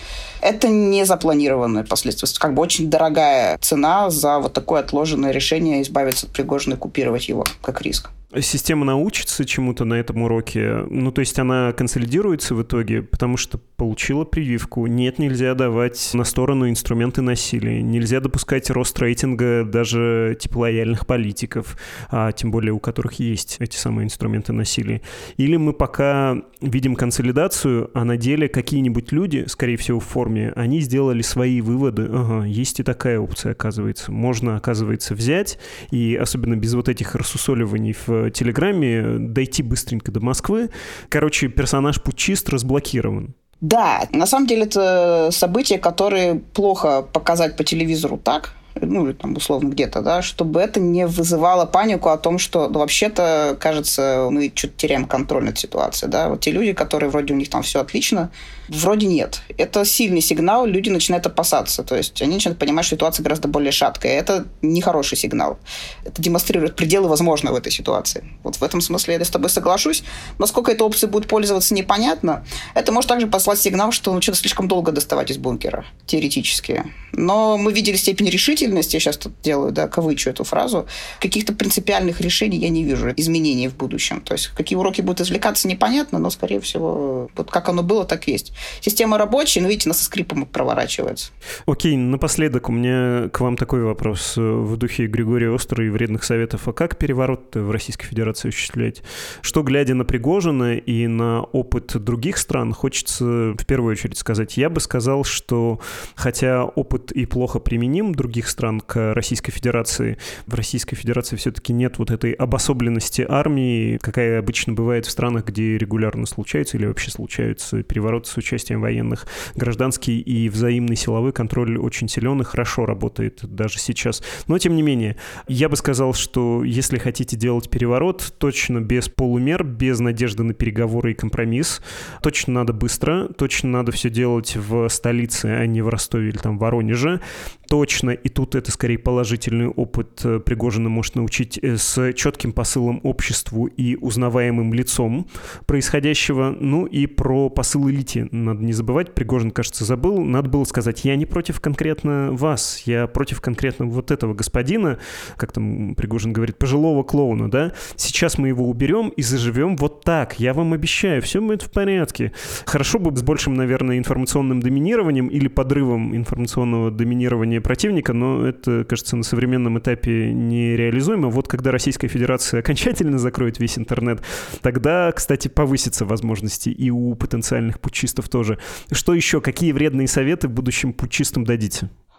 это не запланированные последствия. Как бы очень дорогая цена за вот такое отложенное решение избавиться от Пригожина и купировать его как риск. Система научится чему-то на этом уроке? Ну, то есть она консолидируется в итоге, потому что получила прививку. Нет, нельзя давать на сторону инструменты насилия. Нельзя допускать рост рейтинга даже типа лояльных политиков, а тем более у которых есть эти самые инструменты насилия. Или мы пока видим консолидацию, а на деле какие-нибудь люди, скорее всего, в форме, они сделали свои выводы. Ага, есть и такая опция, оказывается. Можно, оказывается, взять, и особенно без вот этих рассусоливаний в Телеграме, дойти быстренько до Москвы. Короче, персонаж путчист разблокирован. Да, на самом деле это события, которые плохо показать по телевизору так, ну, или там условно где-то, да, чтобы это не вызывало панику о том, что, ну, вообще-то, кажется, мы что-то теряем контроль над ситуацией, да. Вот те люди, которые вроде у них там все отлично, вроде нет. Это сильный сигнал, люди начинают опасаться, то есть они начинают понимать, что ситуация гораздо более шаткая. Это нехороший сигнал. Это демонстрирует пределы возможного в этой ситуации. Вот в этом смысле я с тобой соглашусь. Насколько этой опцией будет пользоваться, непонятно. Это может также послать сигнал, что ну, что-то слишком долго доставать из бункера, теоретически. Но мы видели степень решительности, я сейчас тут делаю, да, кавычу эту фразу, каких-то принципиальных решений я не вижу, изменений в будущем. То есть какие уроки будут извлекаться, непонятно, но, скорее всего, вот как оно было, так и есть. Система рабочая, но, видите, она со скрипом проворачивается. Окей, напоследок у меня к вам такой вопрос в духе Григория Остера и вредных советов. А как переворот в Российской Федерации осуществлять? Что, глядя на Пригожина и на опыт других стран, хочется в первую очередь сказать. Я бы сказал, что хотя опыт и плохо применим других стран к Российской Федерации, в Российской Федерации все-таки нет вот этой обособленности армии, какая обычно бывает в странах, где регулярно случаются или вообще случаются перевороты с участием военных. Гражданский и взаимный силовой контроль очень силен и хорошо работает даже сейчас. Но, тем не менее, я бы сказал, что если хотите делать переворот, точно без полумер, без надежды на переговоры и компромисс, точно надо быстро, точно надо все делать в столице, а не в Ростове или там в Воронеже. Точно, и тут это скорее положительный опыт Пригожина может научить, с четким посылом обществу и узнаваемым лицом происходящего. Ну и про посыл элите надо не забывать. Пригожин, кажется, забыл. Надо было сказать, я не против конкретно вас, я против конкретно вот этого господина, как там Пригожин говорит, пожилого клоуна, да? Сейчас мы его уберем и заживем вот так. Я вам обещаю, все будет в порядке. Хорошо бы с большим, наверное, информационным доминированием или подрывом информационного доминирования противника, но это, кажется, на современном этапе нереализуемо. Вот когда Российская Федерация окончательно закроет весь интернет, тогда, кстати, повысятся возможности и у потенциальных путчистов тоже. Что еще? Какие вредные советы будущим путчистам дадите?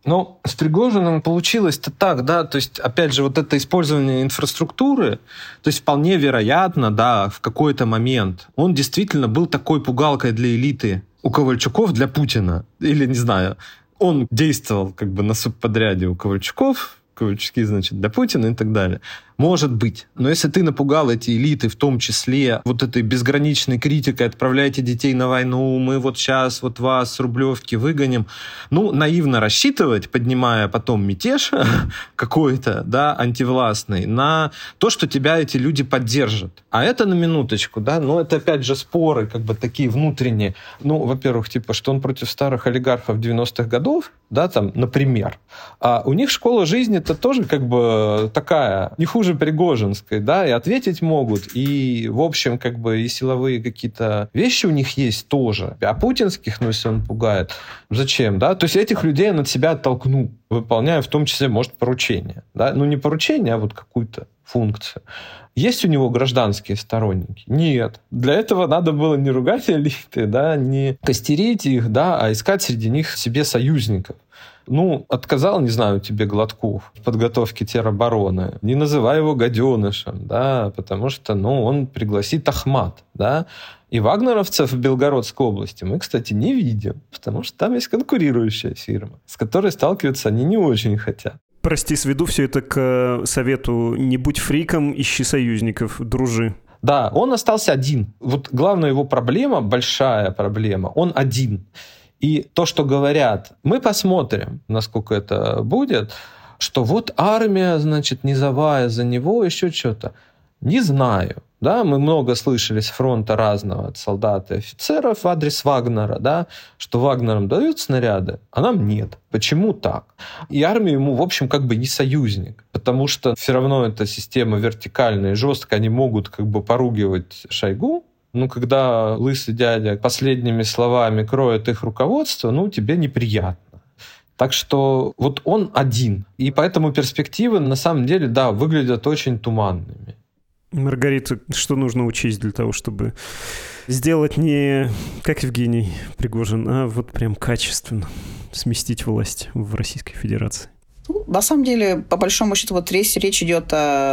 Ну, с Пригожиным получилось-то так, да, то есть, опять же, вот это использование инфраструктуры, то есть, вполне вероятно, да, в какой-то момент он действительно был такой пугалкой для элиты у Ковальчуков для Путина. Или, не знаю, он действовал как бы на субподряде у Ковальчуков, Ковальчуки, значит, для Путина и так далее. Может быть. Но если ты напугал эти элиты, в том числе вот этой безграничной критикой, отправляйте детей на войну, мы вот сейчас вот вас с Рублевки выгоним, ну, наивно рассчитывать, поднимая потом мятеж какой-то, да, антивластный, на то, что тебя эти люди поддержат. А это на минуточку, да, но это опять же споры как бы такие внутренние. Ну, во-первых, типа, что он против старых олигархов 90-х годов, да, там, например. А у них школа жизни-то тоже как бы такая, не хуже Пригожинской, да, и ответить могут, и, в общем, как бы и силовые какие-то вещи у них есть тоже. А путинских, ну, если он пугает, зачем, да? То есть этих людей он от себя оттолкнул, выполняя в том числе, может, поручение, да? Ну, не поручение, а вот какую-то функцию. Есть у него гражданские сторонники? Нет. Для этого надо было не ругать элиты, да, не костерить их, да, а искать среди них себе союзников. Ну, отказал, не знаю, тебе Гладков в подготовке теробороны. Не называй его гаденышем, да, потому что, ну, он пригласит Ахмат, да. И вагнеровцев в Белгородской области мы, кстати, не видим, потому что там есть конкурирующая фирма, с которой сталкиваться они не очень хотят. Прости, сведу все это к совету «не будь фриком, ищи союзников, дружи». Да, он остался один. Вот главная его проблема, большая проблема, он один. И то, что говорят, мы посмотрим, насколько это будет, что вот армия, значит, низовая за него, еще что-то. Не знаю. Да, мы много слышали с фронта разного от солдат и офицеров в адрес Вагнера, да, что Вагнерам дают снаряды, а нам нет. Почему так? И армия ему, в общем, как бы не союзник, потому что все равно эта система вертикальная и жесткая, они могут как бы поругивать Шойгу. Ну, когда лысый дядя последними словами кроет их руководство, ну, тебе неприятно. Так что вот он один. И поэтому перспективы, на самом деле, да, выглядят очень туманными. Маргарита, что нужно учесть для того, чтобы сделать не как Евгений Пригожин, а вот прям качественно сместить власть в Российской Федерации? На самом деле, по большому счету, вот речь идет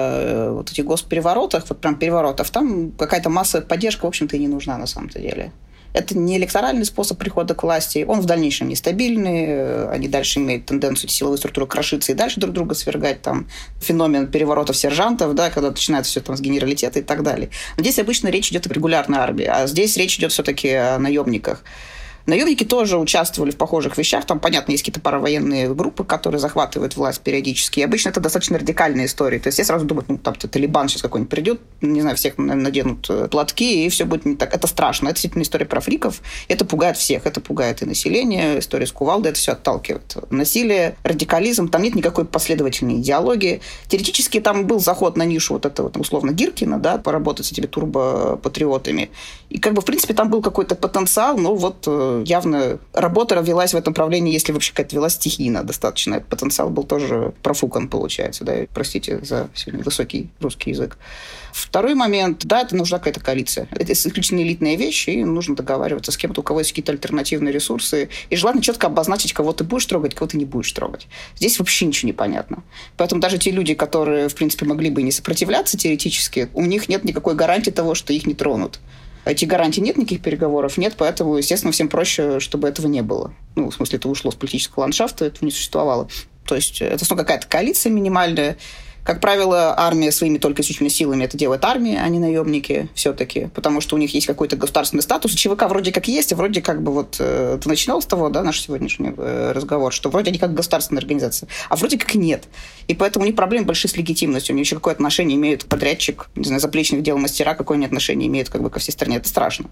о вот этих госпереворотах, вот прям переворотов. Там какая-то массовая поддержка, в общем-то, и не нужна на самом-то деле. Это не электоральный способ прихода к власти, он в дальнейшем нестабильный, они дальше имеют тенденцию силовые структуры крошиться и дальше друг друга свергать, там феномен переворотов сержантов, да, когда начинается все там с генералитета и так далее. Но здесь обычно речь идет о регулярной армии, а здесь речь идет все-таки о наемниках. Наемники тоже участвовали в похожих вещах. Там, понятно, есть какие-то паравоенные группы, которые захватывают власть периодически. И обычно это достаточно радикальные истории. То есть я сразу думаю, ну, там Талибан сейчас какой-нибудь придет, не знаю, всех, наверное, наденут платки, и все будет не так. Это страшно. Это действительно история про фриков. Это пугает всех. Это пугает и население. История с кувалдой это все отталкивает. Насилие, радикализм. Там нет никакой последовательной идеологии. Теоретически там был заход на нишу вот этого, условно, Гиркина, да, поработать с этими турбопатриотами. И как бы, в принципе, там был какой-то потенциал, но вот явно работа велась в этом направлении, если вообще какая-то велась стихийно достаточно. Потенциал был тоже профукан, получается. Да? Простите за сегодня высокий русский язык. Второй момент. Да, это нужна какая-то коалиция. Это исключительно элитная вещь, и нужно договариваться с кем-то, у кого есть какие-то альтернативные ресурсы. И желательно четко обозначить, кого ты будешь трогать, кого ты не будешь трогать. Здесь вообще ничего не понятно. Поэтому даже те люди, которые, в принципе, могли бы не сопротивляться теоретически, у них нет никакой гарантии того, что их не тронут. Этих гарантий нет, никаких переговоров нет, поэтому, естественно, всем проще, чтобы этого не было. Ну, в смысле, это ушло с политического ландшафта, этого не существовало. То есть это какая-то коалиция минимальная. Как правило, армия своими только исключительно силами это делает армия, а не наемники все-таки, потому что у них есть какой-то государственный статус. ЧВК вроде как есть, а вроде как бы вот ты начинал с того, да, наш сегодняшний разговор, что вроде они как государственная организация, а вроде как и нет. И поэтому у них проблемы большие с легитимностью. У них еще какое отношение имеют подрядчик, не знаю, заплечных дел мастера, какое они отношение имеют как бы ко всей стране. Это страшно.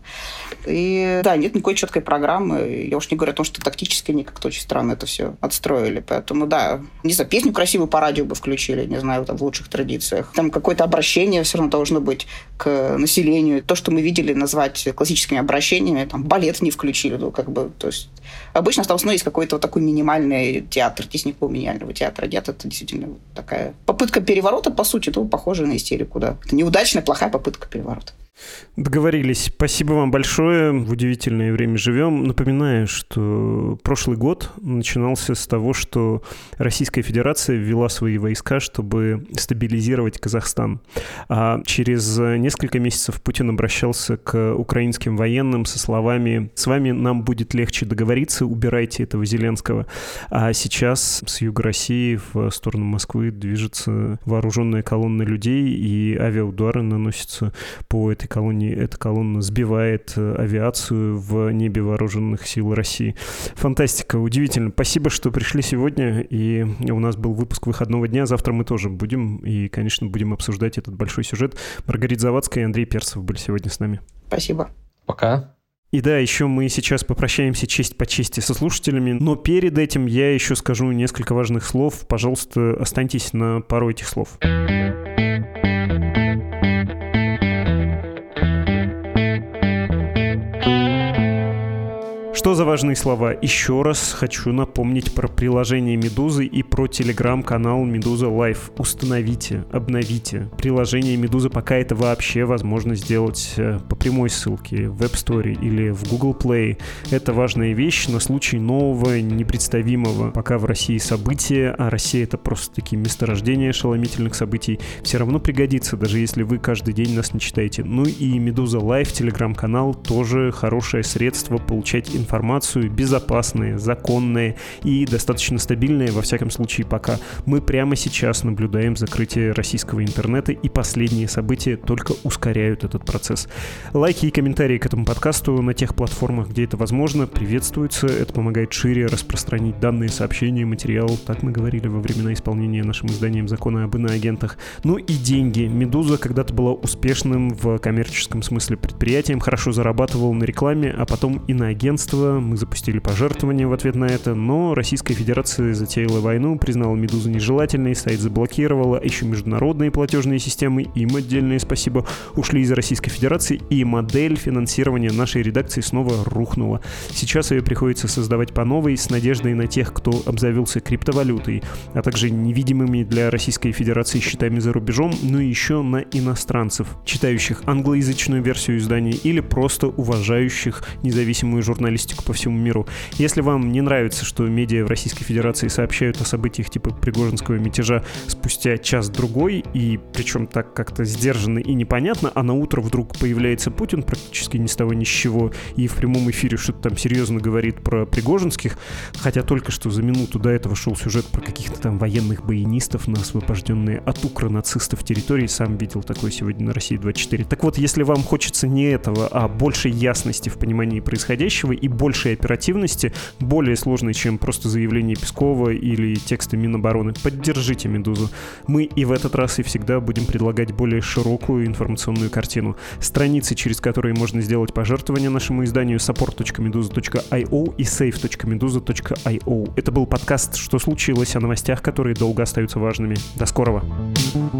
И да, нет никакой четкой программы. Я уж не говорю о том, что тактически они как-то очень странно это все отстроили. Поэтому да, не знаю, песню красивую по радио бы включили, не знаю, там, в лучших традициях. Там какое-то обращение все равно должно быть к населению. То, что мы видели назвать классическими обращениями, там, балет не включили, ну, как бы, то есть обычно в основном есть какой-то вот такой минимальный театр, здесь никакого минимального театра нет, это действительно такая попытка переворота, по сути, то похожа на истерику, да. Это неудачная, плохая попытка переворота. Договорились. Спасибо вам большое. В удивительное время живем. Напоминаю, что прошлый год начинался с того, что Российская Федерация ввела свои войска, чтобы стабилизировать Казахстан. А через несколько месяцев Путин обращался к украинским военным со словами: «С вами нам будет легче договориться, убирайте этого Зеленского». А сейчас с юга России в сторону Москвы движется вооруженная колонна людей, и авиаудары наносятся по этой колонне. Эта колонна сбивает авиацию в небе вооруженных сил России. Фантастика, удивительно. Спасибо, что пришли сегодня, и у нас был выпуск выходного дня. Завтра мы тоже будем, и, конечно, будем обсуждать этот большой сюжет. Маргарита Завадская и Андрей Перцев были сегодня с нами. Спасибо. Пока. И да, еще мы сейчас попрощаемся честь по чести со слушателями, но перед этим я еще скажу несколько важных слов. Пожалуйста, останьтесь на пару этих слов. Что за важные слова? Еще раз хочу напомнить про приложение «Медузы» и про телеграм-канал «Медуза Лайф». Установите, обновите приложение «Медуза», пока это вообще возможно сделать по прямой ссылке в App Store или в Google Play. Это важная вещь на случай нового, непредставимого пока в России события, а Россия — это просто такие месторождения ошеломительных событий. Все равно пригодится, даже если вы каждый день нас не читаете. Ну и «Медуза Лайф», телеграм-канал, тоже хорошее средство получать информацию, безопасные, законные и достаточно стабильные, во всяком случае, пока. Мы прямо сейчас наблюдаем закрытие российского интернета, и последние события только ускоряют этот процесс. Лайки и комментарии к этому подкасту на тех платформах, где это возможно, приветствуются. Это помогает шире распространить данные, сообщения, материал. Так мы говорили во времена исполнения нашим изданием закона об иноагентах. Ну и деньги. «Медуза» когда-то была успешным в коммерческом смысле предприятием, хорошо зарабатывал на рекламе, а потом иноагентство. Мы запустили пожертвования в ответ на это, но Российская Федерация затеяла войну, признала «Медузу» нежелательной, сайт заблокировала, а еще международные платежные системы, им отдельное спасибо, ушли из Российской Федерации, и модель финансирования нашей редакции снова рухнула. Сейчас ее приходится создавать по новой, с надеждой на тех, кто обзавелся криптовалютой, а также невидимыми для Российской Федерации счетами за рубежом, но и еще на иностранцев, читающих англоязычную версию издания или просто уважающих независимую журналистику по всему миру. Если вам не нравится, что медиа в Российской Федерации сообщают о событиях типа Пригожинского мятежа спустя час-другой, и причем так как-то сдержанно и непонятно, а на утро вдруг появляется Путин практически ни с того ни с чего, и в прямом эфире что-то там серьезно говорит про пригожинских, хотя только что за минуту до этого шел сюжет про каких-то там военных баянистов на освобожденные от укронацистов территории. Сам видел такое сегодня на России-24. Так вот, если вам хочется не этого, а большей ясности в понимании происходящего и большей оперативности, более сложной, чем просто заявление Пескова или тексты Минобороны, поддержите «Медузу». Мы и в этот раз, и всегда будем предлагать более широкую информационную картину. Страницы, через которые можно сделать пожертвования нашему изданию, support.meduza.io и save.meduza.io. Это был подкаст «Что случилось?», о новостях, которые долго остаются важными. До скорого!